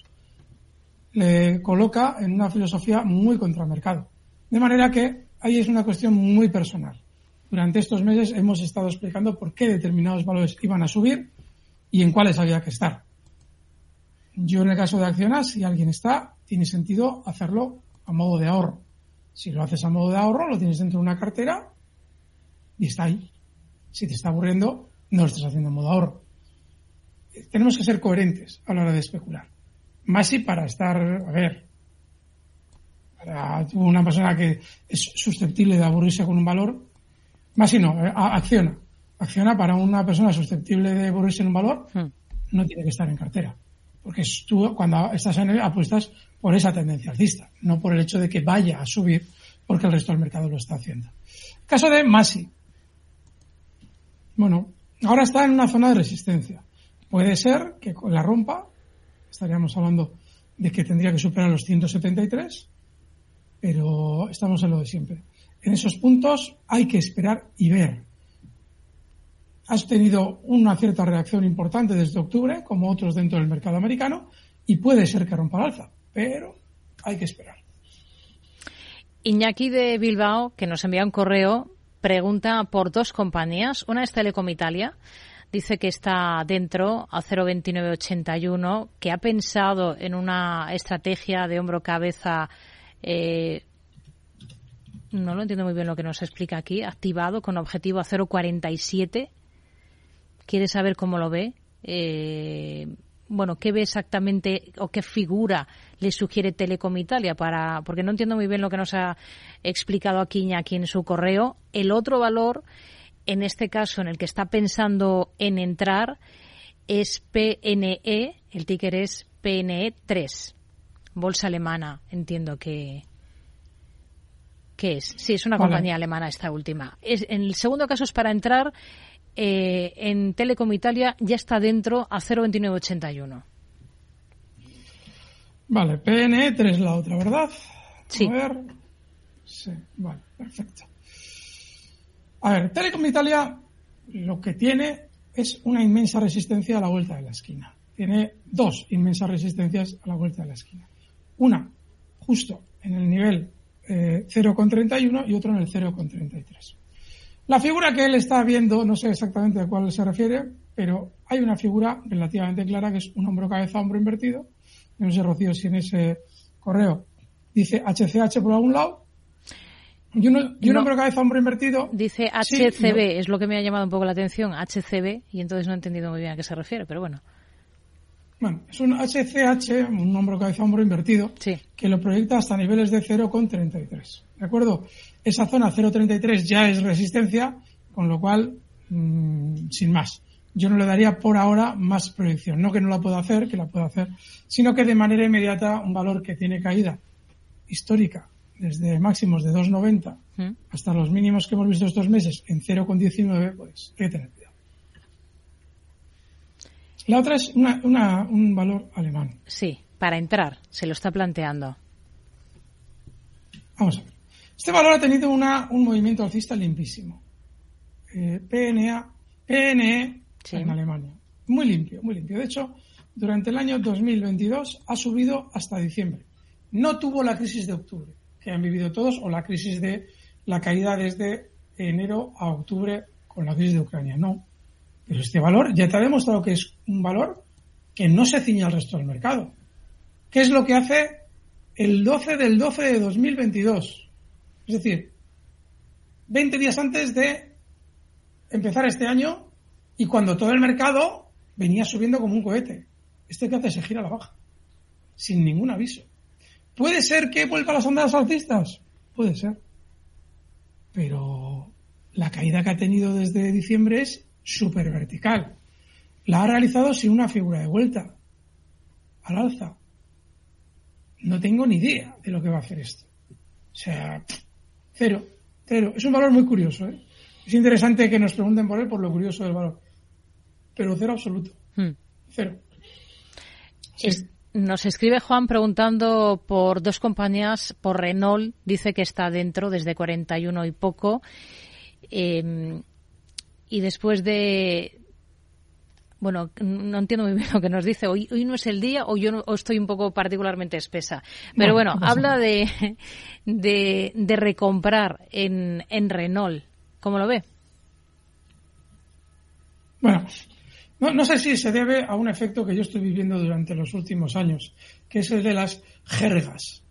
Le coloca en una filosofía muy contra el mercado. De manera que ahí es una cuestión muy personal. Durante estos meses hemos estado explicando por qué determinados valores iban a subir y en cuáles había que estar. Yo en el caso de Acciona, si alguien está, tiene sentido hacerlo a modo de ahorro. Si lo haces a modo de ahorro, lo tienes dentro de una cartera y está ahí. Si te está aburriendo, no lo estás haciendo en modo ahorro. Tenemos que ser coherentes a la hora de especular. Más si para estar, a ver, para una persona que es susceptible de aburrirse con un valor, más si no, Acciona. Acciona para una persona susceptible de aburrirse en un valor, hmm. no tiene que estar en cartera. Porque tú, cuando estás en él, apuestas por esa tendencia alcista, no por el hecho de que vaya a subir, porque el resto del mercado lo está haciendo. Caso de Masi. Bueno, ahora está en una zona de resistencia. Puede ser que con la rompa, estaríamos hablando de que tendría que superar los ciento setenta y tres, pero estamos en lo de siempre. En esos puntos hay que esperar y ver. Has tenido una cierta reacción importante desde octubre, como otros dentro del mercado americano, y puede ser que rompa el alza, pero hay que esperar. Iñaki de Bilbao, que nos envía un correo, pregunta por dos compañías. Una es Telecom Italia. Dice que está dentro a cero veintinueve ochenta y uno, que ha pensado en una estrategia de hombro-cabeza, eh, no lo entiendo muy bien lo que nos explica aquí, activado con objetivo a cero cuarenta y siete. Quiere saber cómo lo ve. Eh, bueno, ¿qué ve exactamente o qué figura le sugiere Telecom Italia? Para, porque no entiendo muy bien lo que nos ha explicado aquí Iñaki en su correo. El otro valor, en este caso, en el que está pensando en entrar, es P N E, el ticker es P N E tres, bolsa alemana, entiendo que, que es. Sí, es una vale. compañía alemana esta última. Es, en el segundo caso es para entrar eh, en Telecom Italia, ya está dentro a cero veintinueve ochenta y uno. Vale, P N E tres la otra, ¿verdad? Sí. A ver. Sí, vale, perfecto. A ver, Telecom Italia lo que tiene es una inmensa resistencia a la vuelta de la esquina. Tiene dos inmensas resistencias a la vuelta de la esquina. Una, justo en el nivel eh, cero coma treinta y uno y otro en el cero coma treinta y tres. La figura que él está viendo, no sé exactamente a cuál se refiere, pero hay una figura relativamente clara que es un hombro-cabeza-hombro invertido. Yo no sé, Rocío, si en ese correo dice H C H por algún lado. Y un, y un no. hombro cabeza hombro invertido. Dice H C B, sí, es lo que me ha llamado un poco la atención, H C B, y entonces no he entendido muy bien a qué se refiere, pero bueno. Bueno, es un H C H, un hombro cabeza hombro invertido, sí. que lo proyecta hasta niveles de cero coma treinta y tres. ¿De acuerdo? Esa zona cero coma treinta y tres ya es resistencia, con lo cual, mmm, sin más. Yo no le daría por ahora más proyección. No que no la pueda hacer, que la pueda hacer, sino que de manera inmediata un valor que tiene caída histórica desde máximos de dos noventa ¿Mm? hasta los mínimos que hemos visto estos meses en cero coma diecinueve, pues hay que tener cuidado. La otra es una, una, un valor alemán. Sí, para entrar, se lo está planteando. Vamos a ver. Este valor ha tenido una, un movimiento alcista limpísimo. Eh, P N A, P N E sí. en Alemania. Muy limpio, muy limpio. De hecho, durante el año dos mil veintidós ha subido hasta diciembre. No tuvo la crisis de octubre que han vivido todos, o la crisis de la caída desde enero a octubre con la crisis de Ucrania. No. Pero este valor ya te ha demostrado que es un valor que no se ciña al resto del mercado. ¿Qué es lo que hace el doce del doce de dos mil veintidós? Es decir, veinte días antes de empezar este año y cuando todo el mercado venía subiendo como un cohete. ¿Este que hace? Se gira a la baja. Sin ningún aviso. ¿Puede ser que vuelva a las ondas alcistas? Puede ser. Pero la caída que ha tenido desde diciembre es súper vertical. La ha realizado sin una figura de vuelta al alza. No tengo ni idea de lo que va a hacer esto. O sea, cero, cero. Es un valor muy curioso, ¿eh? Es interesante que nos pregunten por él por lo curioso del valor. Pero cero absoluto. Hmm. Cero. Sí. Es... Nos escribe Juan preguntando por dos compañías, por Renault, dice que está dentro desde cuarenta y uno y poco, eh, y después de, bueno, no entiendo muy bien lo que nos dice, hoy, hoy no es el día o yo no, o estoy un poco particularmente espesa, pero bueno, bueno habla de, de, de recomprar en, en Renault, ¿cómo lo ve? Bueno, No, no sé si se debe a un efecto que yo estoy viviendo durante los últimos años, que es el de las jergas.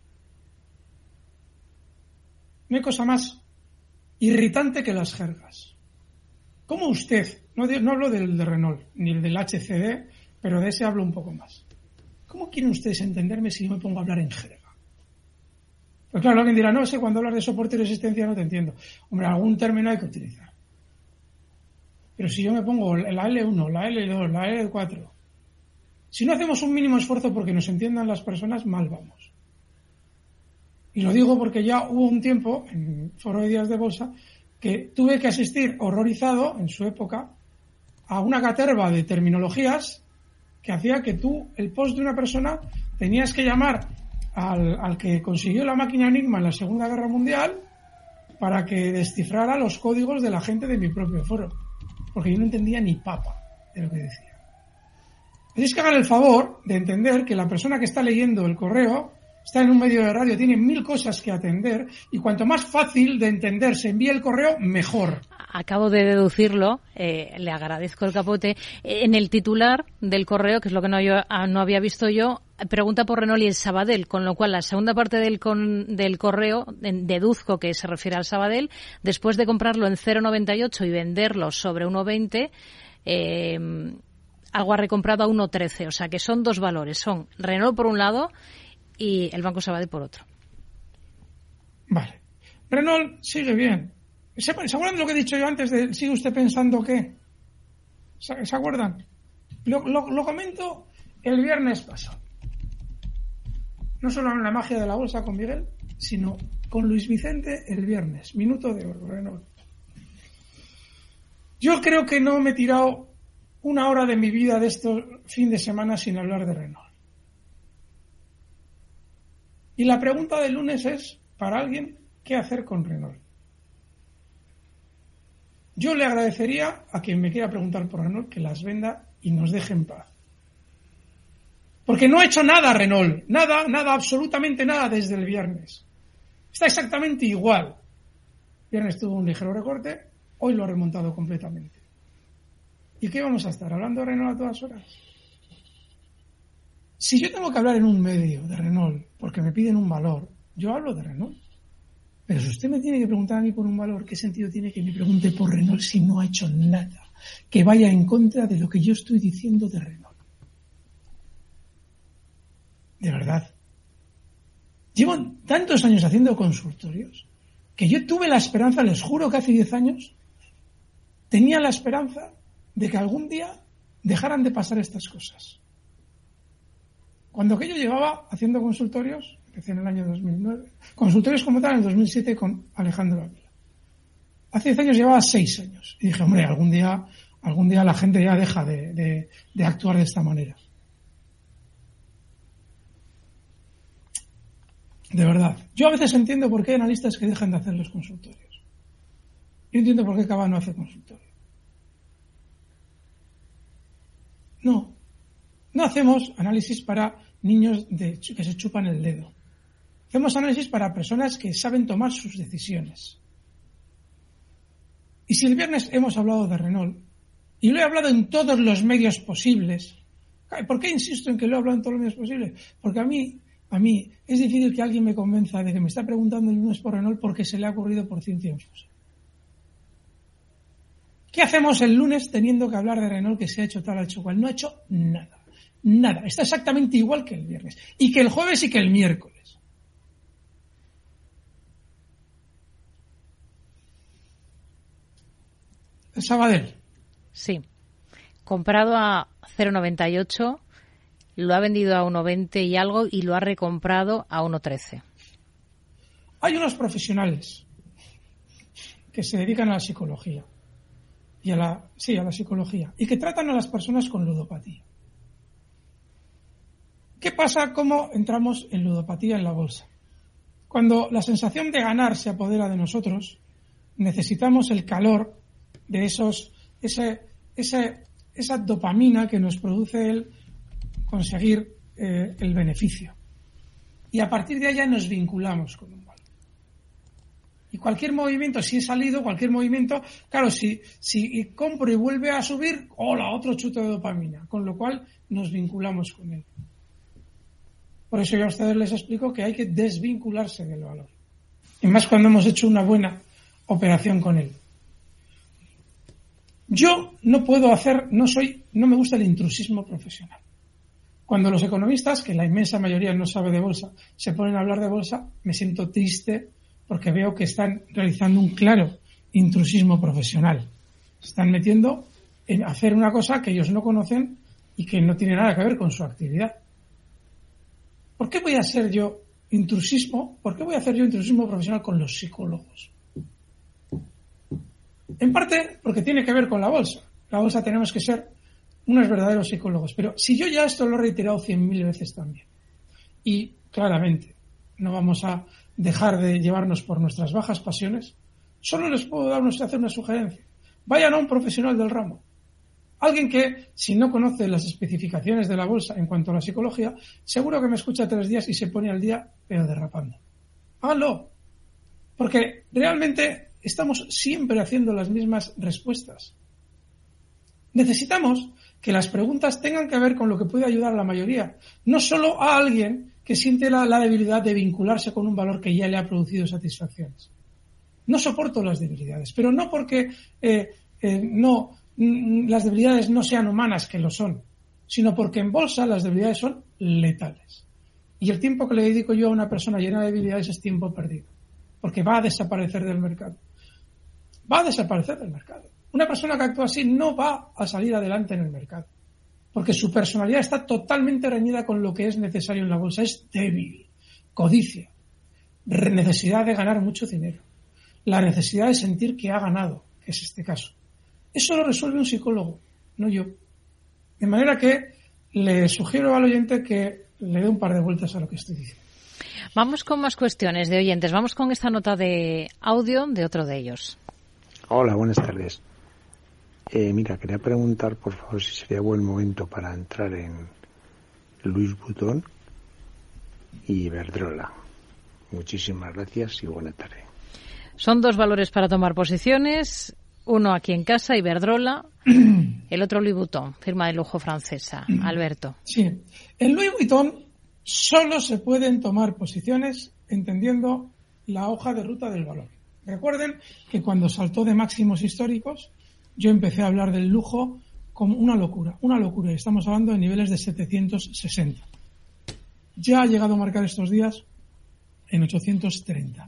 No hay cosa más irritante que las jergas. ¿Cómo usted, no, no hablo del de Renault, ni el del H C D, pero de ese hablo un poco más. ¿Cómo quieren ustedes entenderme si yo me pongo a hablar en jerga? Pues claro, alguien dirá, no sé, cuando hablas de soporte y resistencia no te entiendo. Hombre, algún término hay que utilizar. Pero si yo me pongo la L uno, la L dos, la L cuatro, si no hacemos un mínimo esfuerzo porque nos entiendan las personas, mal vamos. Y lo digo porque ya hubo un tiempo, en Foro de Días de Bolsa, que tuve que asistir horrorizado, en su época, a una caterva de terminologías que hacía que tú, el post de una persona, tenías que llamar al, al que consiguió la máquina Enigma en la Segunda Guerra Mundial para que descifrara los códigos de la gente de mi propio foro, porque yo no entendía ni papa de lo que decía. Tenéis que hagan el favor de entender que la persona que está leyendo el correo está en un medio de radio, tiene mil cosas que atender, y cuanto más fácil de entender se envíe el correo, mejor. Acabo de deducirlo, eh, le agradezco el capote. En el titular del correo, que es lo que no, yo, no había visto yo, pregunta por Renault y el Sabadell, con lo cual la segunda parte del, con, del correo deduzco que se refiere al Sabadell. Después de comprarlo en cero coma noventa y ocho y venderlo sobre uno coma veinte, eh, algo ha recomprado a uno coma trece. O sea que son dos valores, son Renault por un lado y el Banco Sabadell por otro. Vale. Renault sigue bien. ¿Se, ¿Se acuerdan de lo que he dicho yo antes de sigue usted pensando qué? ¿Se, ¿se acuerdan? Lo, lo, lo comento el viernes pasado. No solo en la magia de la bolsa con Miguel, sino con Luis Vicente el viernes. Minuto de oro, Renault. Yo creo que no me he tirado una hora de mi vida de estos fin de semana sin hablar de Renault. Y la pregunta del lunes es, para alguien, ¿qué hacer con Renault? Yo le agradecería a quien me quiera preguntar por Renault que las venda y nos deje en paz. Porque no ha hecho nada Renault, nada, nada, absolutamente nada desde el viernes. Está exactamente igual. El viernes tuvo un ligero recorte, hoy lo ha remontado completamente. ¿Y qué vamos a estar hablando de Renault a todas horas? Si yo tengo que hablar en un medio de Renault porque me piden un valor, yo hablo de Renault. Pero si usted me tiene que preguntar a mí por un valor, ¿qué sentido tiene que me pregunte por Renault si no ha hecho nada que vaya en contra de lo que yo estoy diciendo de Renault? De verdad. Llevo tantos años haciendo consultorios que yo tuve la esperanza, les juro que hace diez años, tenía la esperanza de que algún día dejaran de pasar estas cosas. Cuando que yo llevaba haciendo consultorios, empecé en el año dos mil nueve, consultorios como tal en el dos mil siete con Alejandro Ávila. Hace diez años llevaba seis años. Y dije, hombre, algún día, algún día la gente ya deja de, de, de actuar de esta manera. De verdad. Yo a veces entiendo por qué hay analistas que dejan de hacer los consultorios. Yo entiendo por qué Cava no hace consultorio. No. No hacemos análisis para niños de, que se chupan el dedo. Hacemos análisis para personas que saben tomar sus decisiones. Y si el viernes hemos hablado de Renault, y lo he hablado en todos los medios posibles, ¿por qué insisto en que lo he hablado en todos los medios posibles? Porque a mí, a mí es difícil que alguien me convenza de que me está preguntando el lunes por Renault porque se le ha ocurrido por ciencia infusa. ¿Qué hacemos el lunes teniendo que hablar de Renault que se ha hecho tal, ha hecho cual? No ha hecho nada. Nada. Está exactamente igual que el viernes. Y que el jueves y que el miércoles. El Sabadell. Sí. Comprado a cero coma noventa y ocho, lo ha vendido a uno coma veinte y algo y lo ha recomprado a uno coma trece. Hay unos profesionales que se dedican a la psicología. Y a la, sí, a la psicología. Y que tratan a las personas con ludopatía. ¿Qué pasa? ¿Cómo entramos en ludopatía en la bolsa? Cuando la sensación de ganar se apodera de nosotros, necesitamos el calor de esos, ese, ese, esa dopamina que nos produce el conseguir eh, el beneficio. Y a partir de allá nos vinculamos con un valor. Y cualquier movimiento, si he salido, cualquier movimiento, claro, si, si compro y vuelve a subir, hola, otro chute de dopamina, con lo cual nos vinculamos con él. Por eso yo a ustedes les explico que hay que desvincularse del valor. Y más cuando hemos hecho una buena operación con él. Yo no puedo hacer, no soy, no me gusta el intrusismo profesional. Cuando los economistas, que la inmensa mayoría no sabe de bolsa, se ponen a hablar de bolsa, me siento triste porque veo que están realizando un claro intrusismo profesional. Se están metiendo en hacer una cosa que ellos no conocen y que no tiene nada que ver con su actividad. ¿Por qué voy a hacer yo intrusismo? ¿Por qué voy a hacer yo intrusismo profesional con los psicólogos? En parte porque tiene que ver con la bolsa. La bolsa tenemos que ser unos verdaderos psicólogos. Pero si yo ya esto lo he reiterado cien mil veces también. y claramente no vamos a dejar de llevarnos por nuestras bajas pasiones, solo les puedo dar, hacer una sugerencia. Vayan a un profesional del ramo. Alguien que, si no conoce las especificaciones de la bolsa en cuanto a la psicología, seguro que me escucha tres días y se pone al día, pero derrapando. Háganlo. Porque realmente estamos siempre haciendo las mismas respuestas. Necesitamos que las preguntas tengan que ver con lo que puede ayudar a la mayoría, no solo a alguien que siente la, la debilidad de vincularse con un valor que ya le ha producido satisfacciones. No soporto las debilidades, pero no porque eh, eh, no mm, las debilidades no sean humanas, que lo son, sino porque en bolsa las debilidades son letales. Y el tiempo que le dedico yo a una persona llena de debilidades es tiempo perdido, porque va a desaparecer del mercado. Va a desaparecer del mercado. Una persona que actúa así no va a salir adelante en el mercado, porque su personalidad está totalmente reñida con lo que es necesario en la bolsa. Es débil, codicia, necesidad de ganar mucho dinero, la necesidad de sentir que ha ganado, que es este caso. Eso lo resuelve un psicólogo, no yo. De manera que le sugiero al oyente que le dé un par de vueltas a lo que estoy diciendo. Vamos con más cuestiones de oyentes. Vamos con esta nota de audio de otro de ellos. Hola, buenas tardes. Eh, mira, quería preguntar, por favor, si sería buen momento para entrar en Louis Vuitton y Iberdrola. Muchísimas gracias y buena tarde. Son dos valores para tomar posiciones. Uno aquí en casa, Iberdrola, el otro Louis Vuitton, firma de lujo francesa. Alberto. Sí, en Louis Vuitton solo se pueden tomar posiciones entendiendo la hoja de ruta del valor. Recuerden que cuando saltó de máximos históricos, yo empecé a hablar del lujo como una locura, una locura. Y estamos hablando de niveles de setecientos sesenta. Ya ha llegado a marcar estos días en ochocientos treinta.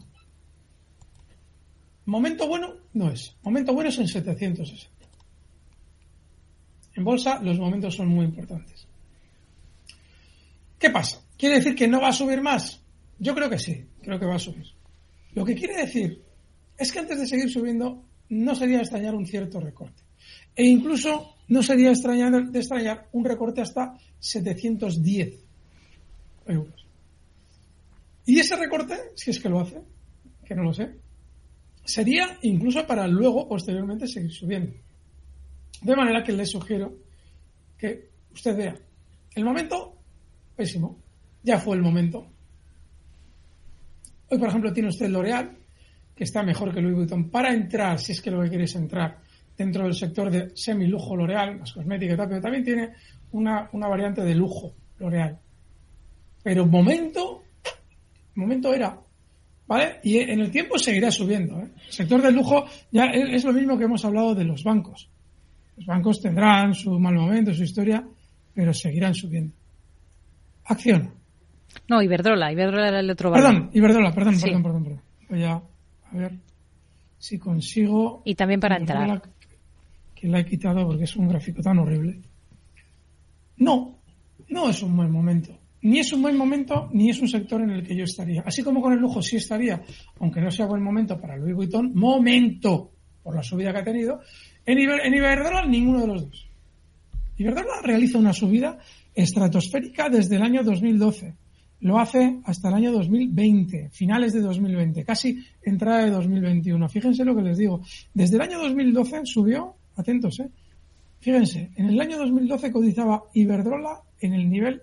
Momento bueno no es. Momento bueno es en setecientos sesenta. En bolsa los momentos son muy importantes. ¿Qué pasa? ¿Quiere decir que no va a subir más? Yo creo que sí, creo que va a subir. Lo que quiere decir es que antes de seguir subiendo no sería extrañar un cierto recorte. E incluso no sería extrañar, de extrañar un recorte hasta setecientos diez euros. Y ese recorte, si es que lo hace, que no lo sé, sería incluso para luego, posteriormente, seguir subiendo. De manera que les sugiero que usted vea el momento pésimo. Ya fue el momento. Hoy, por ejemplo, tiene usted L'Oréal, que está mejor que Louis Vuitton. Para entrar, si es que lo que quiere es entrar dentro del sector de semilujo L'Oréal, las cosméticas y tal, pero también tiene una, una variante de lujo L'Oréal. Pero momento, momento era, ¿vale? Y en el tiempo seguirá subiendo, ¿eh? El sector del lujo ya es lo mismo que hemos hablado de los bancos. Los bancos tendrán su mal momento, su historia, pero seguirán subiendo. Acción. No, Iberdrola. Iberdrola era el otro valor. Perdón, Iberdrola, perdón, sí. perdón, perdón, perdón. Voy a, a ver si consigo... Y también para Iberdrola, entrar. Que la he quitado porque es un gráfico tan horrible. No, no es un buen momento. Ni es un buen momento, ni es un sector en el que yo estaría. Así como con el lujo sí estaría, aunque no sea buen momento para Louis Vuitton, momento, por la subida que ha tenido. En, Iber, en Iberdrola, ninguno de los dos. Iberdrola realiza una subida estratosférica desde el año dos mil doce. Lo hace hasta el año dos mil veinte, finales de dos mil veinte, casi entrada de dos mil veintiuno. Fíjense lo que les digo. Desde el año dos mil doce subió, atentos, eh. Fíjense, en el año dos mil doce cotizaba Iberdrola en el nivel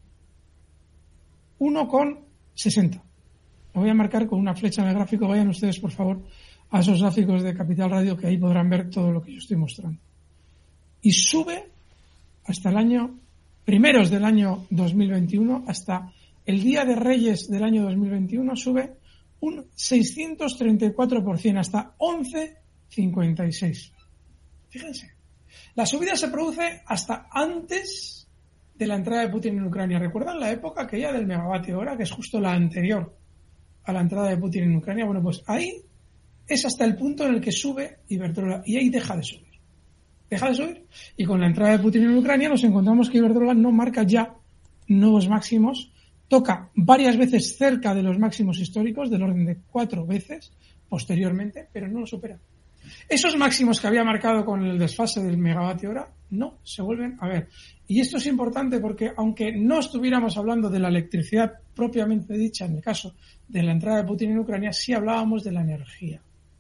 uno coma sesenta. Lo voy a marcar con una flecha en el gráfico. Vayan ustedes, por favor, a esos gráficos de Capital Radio, que ahí podrán ver todo lo que yo estoy mostrando. Y sube hasta el año, primeros del año dos mil veintiuno, hasta el día de Reyes del año dos mil veintiuno, sube un seiscientos treinta y cuatro por ciento, hasta once coma cincuenta y seis. Fíjense. La subida se produce hasta antes de la entrada de Putin en Ucrania. ¿Recuerdan la época aquella del megavatio hora, que es justo la anterior a la entrada de Putin en Ucrania? Bueno, pues ahí es hasta el punto en el que sube Iberdrola y ahí deja de subir. Deja de subir. Y con la entrada de Putin en Ucrania nos encontramos que Iberdrola no marca ya nuevos máximos, toca varias veces cerca de los máximos históricos, del orden de cuatro veces posteriormente, pero no lo supera. Esos máximos que había marcado con el desfase del megavatio hora, no, se vuelven a ver. Y esto es importante porque, aunque no estuviéramos hablando de la electricidad propiamente dicha, en el caso de la entrada de Putin en Ucrania, sí hablábamos de la energía.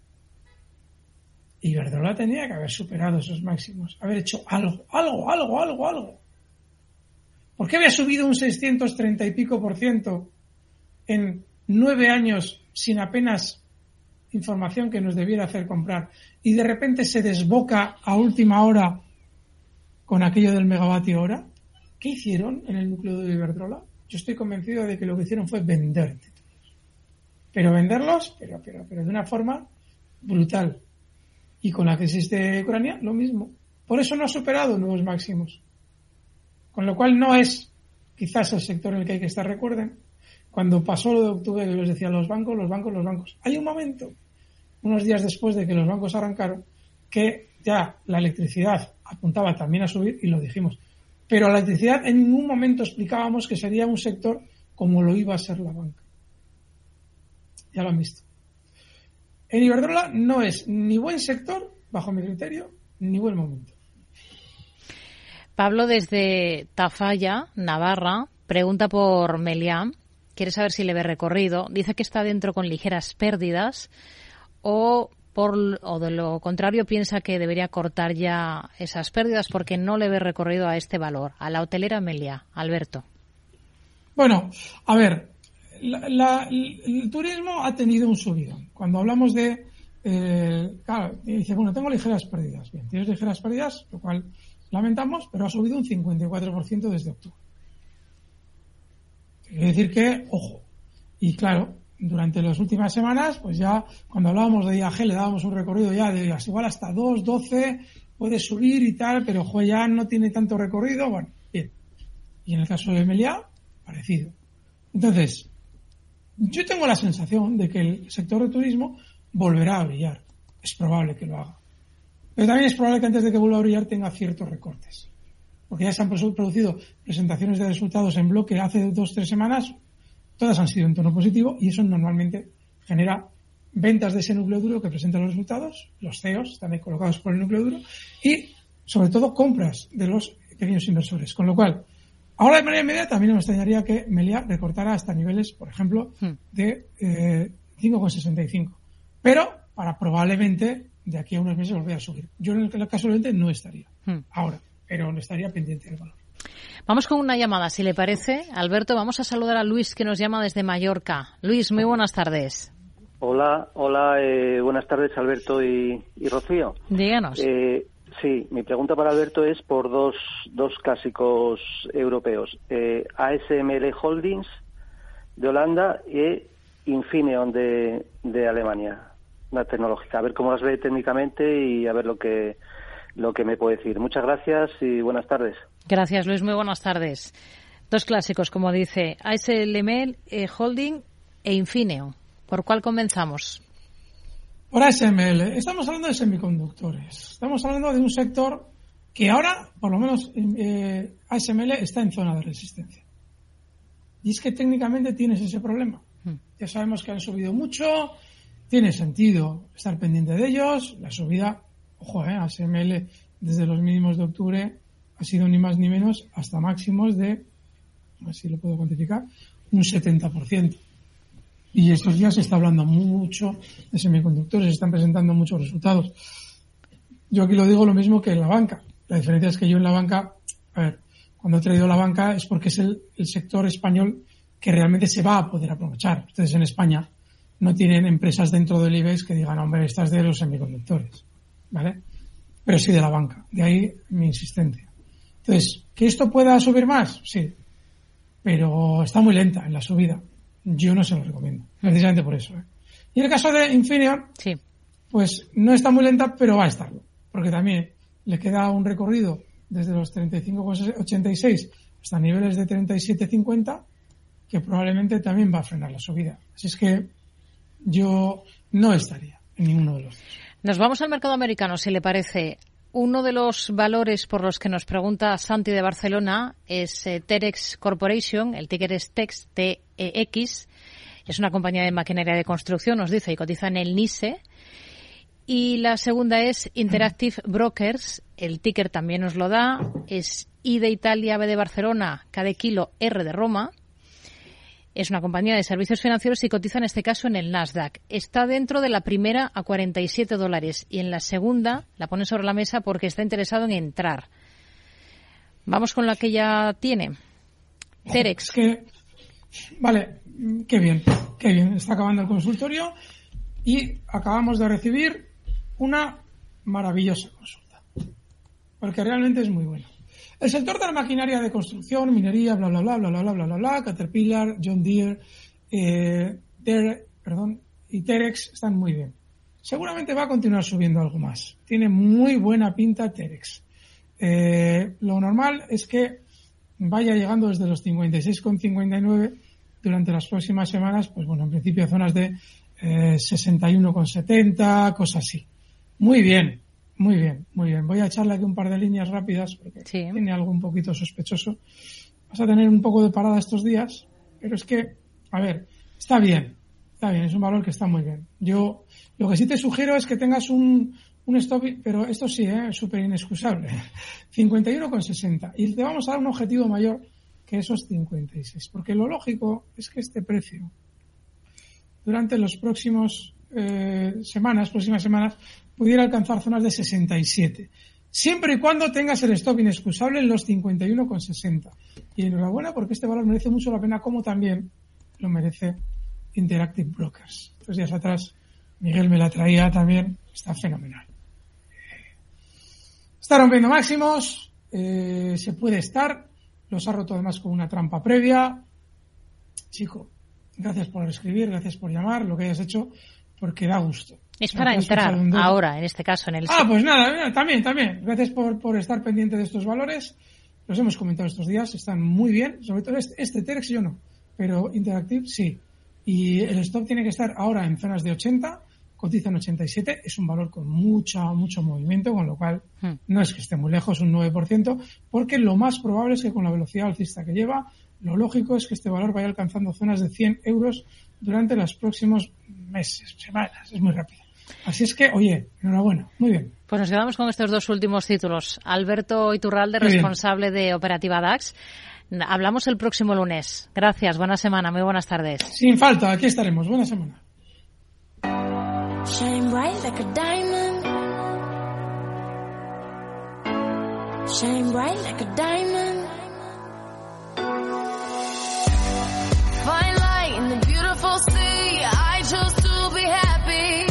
Y Iberdrola tenía que haber superado esos máximos, haber hecho algo, algo, algo, algo, algo. ¿Por qué había subido un seiscientos treinta y pico por ciento en nueve años sin apenas información que nos debiera hacer comprar? Y de repente se desboca a última hora con aquello del megavatio hora. ¿Qué hicieron en el núcleo de Iberdrola? Yo estoy convencido de que lo que hicieron fue vender títulos. Pero venderlos, pero, pero, pero de una forma brutal. Y con la crisis de Ucrania, lo mismo. Por eso no ha superado nuevos máximos. Con lo cual no es quizás el sector en el que hay que estar. Recuerden, cuando pasó lo de octubre, que les decía los bancos, los bancos, los bancos. Hay un momento, unos días después de que los bancos arrancaron, que ya la electricidad apuntaba también a subir, y lo dijimos. Pero la electricidad en ningún momento explicábamos que sería un sector como lo iba a ser la banca. Ya lo han visto. En Iberdrola no es ni buen sector, bajo mi criterio, ni buen momento. Pablo, desde Tafalla, Navarra, pregunta por Meliá. Quiere saber si le ve recorrido. Dice que está dentro con ligeras pérdidas o, por, o de lo contrario piensa que debería cortar ya esas pérdidas porque no le ve recorrido a este valor. A la hotelera Meliá. Alberto. Bueno, a ver, la, la, el turismo ha tenido un subidón. Cuando hablamos de... Eh, claro, dice, bueno, tengo ligeras pérdidas. Bien, tienes ligeras pérdidas, lo cual lamentamos, pero ha subido un cincuenta y cuatro por ciento desde octubre. Quiere decir que, ojo, y claro, durante las últimas semanas, pues ya cuando hablábamos de I A G le dábamos un recorrido ya de igual hasta dos, doce, puede subir y tal, pero ojo, ya no tiene tanto recorrido, bueno, bien. Y en el caso de Meliá, parecido. Entonces, yo tengo la sensación de que el sector de turismo volverá a brillar. Es probable que lo haga. Pero también es probable que antes de que vuelva a brillar tenga ciertos recortes. Porque ya se han producido presentaciones de resultados en bloque hace dos o tres semanas, todas han sido en tono positivo y eso normalmente genera ventas de ese núcleo duro que presenta los resultados, los C E Os están ahí colocados por el núcleo duro y sobre todo compras de los pequeños inversores. Con lo cual, ahora de manera inmediata a mí no me extrañaría que Meliá recortara hasta niveles, por ejemplo, de eh, cinco coma sesenta y cinco. Pero para probablemente de aquí a unos meses volver a subir. Yo en el caso del ente no estaría hmm. ahora, pero no estaría pendiente del valor. Vamos con una llamada, si le parece. Alberto, vamos a saludar a Luis, que nos llama desde Mallorca. Luis, muy buenas tardes. Hola, hola, eh, buenas tardes, Alberto y, y Rocío. Díganos. Eh, sí, mi pregunta para Alberto es por dos, dos clásicos europeos. Eh, A S M L Holdings de Holanda y Infineon de, de Alemania, una tecnológica. A ver cómo las ve técnicamente y a ver lo que lo que me puede decir. Muchas gracias y buenas tardes. Gracias, Luis. Muy buenas tardes. Dos clásicos, como dice, A S M L eh, Holding e Infineon. ¿Por cuál comenzamos? Por A S M L. Estamos hablando de semiconductores. Estamos hablando de un sector que ahora, por lo menos, eh, A S M L está en zona de resistencia. Y es que técnicamente tienes ese problema. Hmm. Ya sabemos que han subido mucho. Tiene sentido estar pendiente de ellos. La subida, ojo, eh, A S M L desde los mínimos de octubre ha sido ni más ni menos hasta máximos de, a ver si lo puedo cuantificar, un setenta por ciento. Y estos días se está hablando mucho de semiconductores, se están presentando muchos resultados. Yo aquí lo digo lo mismo que en la banca. La diferencia es que yo en la banca, a ver, cuando he traído la banca es porque es el, el sector español que realmente se va a poder aprovechar. Ustedes en España no tienen empresas dentro del IBEX que digan, hombre, estas de los semiconductores, ¿vale? Pero sí de la banca. De ahí mi insistencia. Entonces, ¿que esto pueda subir más? Sí. Pero está muy lenta en la subida. Yo no se lo recomiendo, precisamente por eso. ¿eh? Y en el caso de Infineon, sí. pues no está muy lenta, pero va a estarlo. Porque también le queda un recorrido desde los treinta y cinco coma ochenta y seis hasta niveles de treinta y siete coma cincuenta, que probablemente también va a frenar la subida. Así es que yo no estaría en ninguno de los dos. Nos vamos al mercado americano, si le parece. Uno de los valores por los que nos pregunta Santi de Barcelona es eh, Terex Corporation, el ticker es Tex, T E X, es una compañía de maquinaria de construcción, nos dice, y cotiza en el NYSE. Y la segunda es Interactive Brokers, el ticker también nos lo da, es I de Italia, B de Barcelona, K de Kilo, R de Roma. Es una compañía de servicios financieros y cotiza en este caso en el Nasdaq. Está dentro de la primera a cuarenta y siete dólares y en la segunda la pone sobre la mesa porque está interesado en entrar. Vamos con la que ya tiene. Terex. Es que, vale, qué bien, qué bien. Está acabando el consultorio y acabamos de recibir una maravillosa consulta. Porque realmente es muy bueno. El sector de la maquinaria de construcción, minería, bla, bla, bla, bla, bla, bla, bla, bla, bla, Caterpillar, John Deere, eh, Dere, perdón, y Terex están muy bien. Seguramente va a continuar subiendo algo más. Tiene muy buena pinta Terex. Eh, lo normal es que vaya llegando desde los cincuenta y seis coma cincuenta y nueve durante las próximas semanas, pues bueno, en principio zonas de eh, sesenta y uno coma setenta, cosas así. Muy bien. Muy bien, muy bien. Voy a echarle aquí un par de líneas rápidas porque sí. Tiene algo un poquito sospechoso. Vas a tener un poco de parada estos días, pero es que, a ver, está bien, está bien, es un valor que está muy bien. Yo lo que sí te sugiero es que tengas un, un stop, pero esto sí, ¿eh? Es súper inexcusable. cincuenta y uno coma sesenta. Y te vamos a dar un objetivo mayor que esos cincuenta y seis, porque lo lógico es que este precio, durante los próximos eh, semanas, próximas semanas, pudiera alcanzar zonas de sesenta y siete, siempre y cuando tengas el stop inexcusable en los cincuenta y uno coma sesenta. Y enhorabuena porque este valor merece mucho la pena, como también lo merece Interactive Brokers. Dos días atrás Miguel me la traía también, está fenomenal. Está rompiendo máximos, eh, se puede estar, los ha roto además con una trampa previa. Chico, gracias por escribir, gracias por llamar, lo que hayas hecho, porque da gusto. Es para entrar ahora, en este caso, en el... Ah, pues nada, también, también. Gracias por, por estar pendiente de estos valores. Los hemos comentado estos días, están muy bien. Sobre todo este, este Terex yo no, pero Interactive sí. Y el stop tiene que estar ahora en zonas de ochenta, cotiza en ochenta y siete. Es un valor con mucha, mucho movimiento, con lo cual hmm. no es que esté muy lejos, un nueve por ciento, porque lo más probable es que con la velocidad alcista que lleva, lo lógico es que este valor vaya alcanzando zonas de cien euros durante los próximos meses, semanas. Es muy rápido. Así es que, oye, enhorabuena, muy bien. Pues nos quedamos con estos dos últimos títulos. Alberto Iturralde, muy responsable bien. de Operativa DAX. Hablamos el próximo lunes. Gracias, buena semana, muy buenas tardes. Sin falta, aquí estaremos. Buena semana. Shine bright like a diamond. Shine bright like a diamond. Fine light in the beautiful sea. I chose to be happy.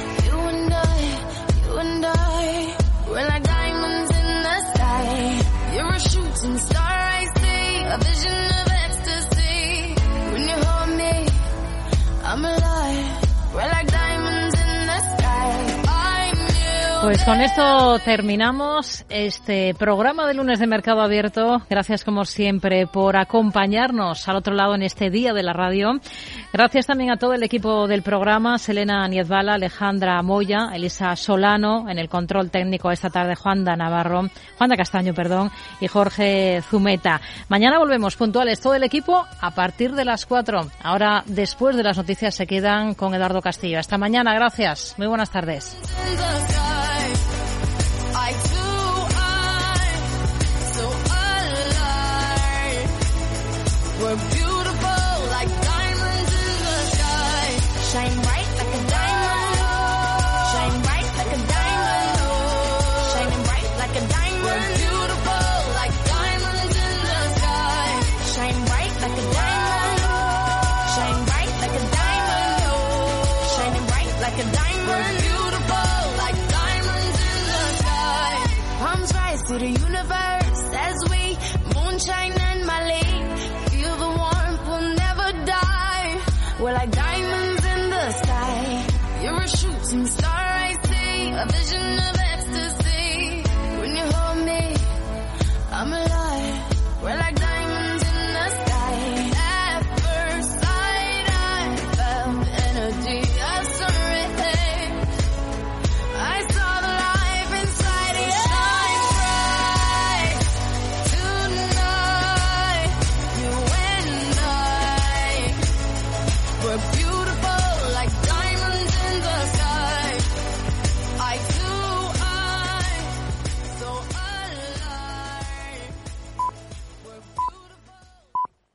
We're like diamonds in the sky. You're a shooting star, I see. A vision of ecstasy. When you hold me, I'm alive. We're like diamonds in the sky. I knew. Pues con esto terminamos este programa de lunes de Mercado Abierto. Gracias como siempre por acompañarnos al otro lado en este día de la radio. Gracias también a todo el equipo del programa, Selena Niezbala, Alejandra Moya, Elisa Solano, en el control técnico esta tarde Juanda Navarro, Juanda Castaño, perdón, y Jorge Zumeta. Mañana volvemos puntuales todo el equipo a partir de las cuatro. Ahora, después de las noticias, se quedan con Eduardo Castillo. Hasta mañana, gracias. Muy buenas tardes. Shine bright like a diamond. Shine bright like a diamond. Shining bright like a diamond. We're beautiful like diamonds in the sky. Shine bright like a diamond. Shine bright like a diamond. Shining bright like a diamond. We're beautiful like diamonds in the sky. Palms rise to the universe as we moonshine and Mali. Feel the warmth, we'll never die. We're like diamonds. You're a shooting star, I see. A vision of ecstasy. When you hold me, I'm alive. We're like that.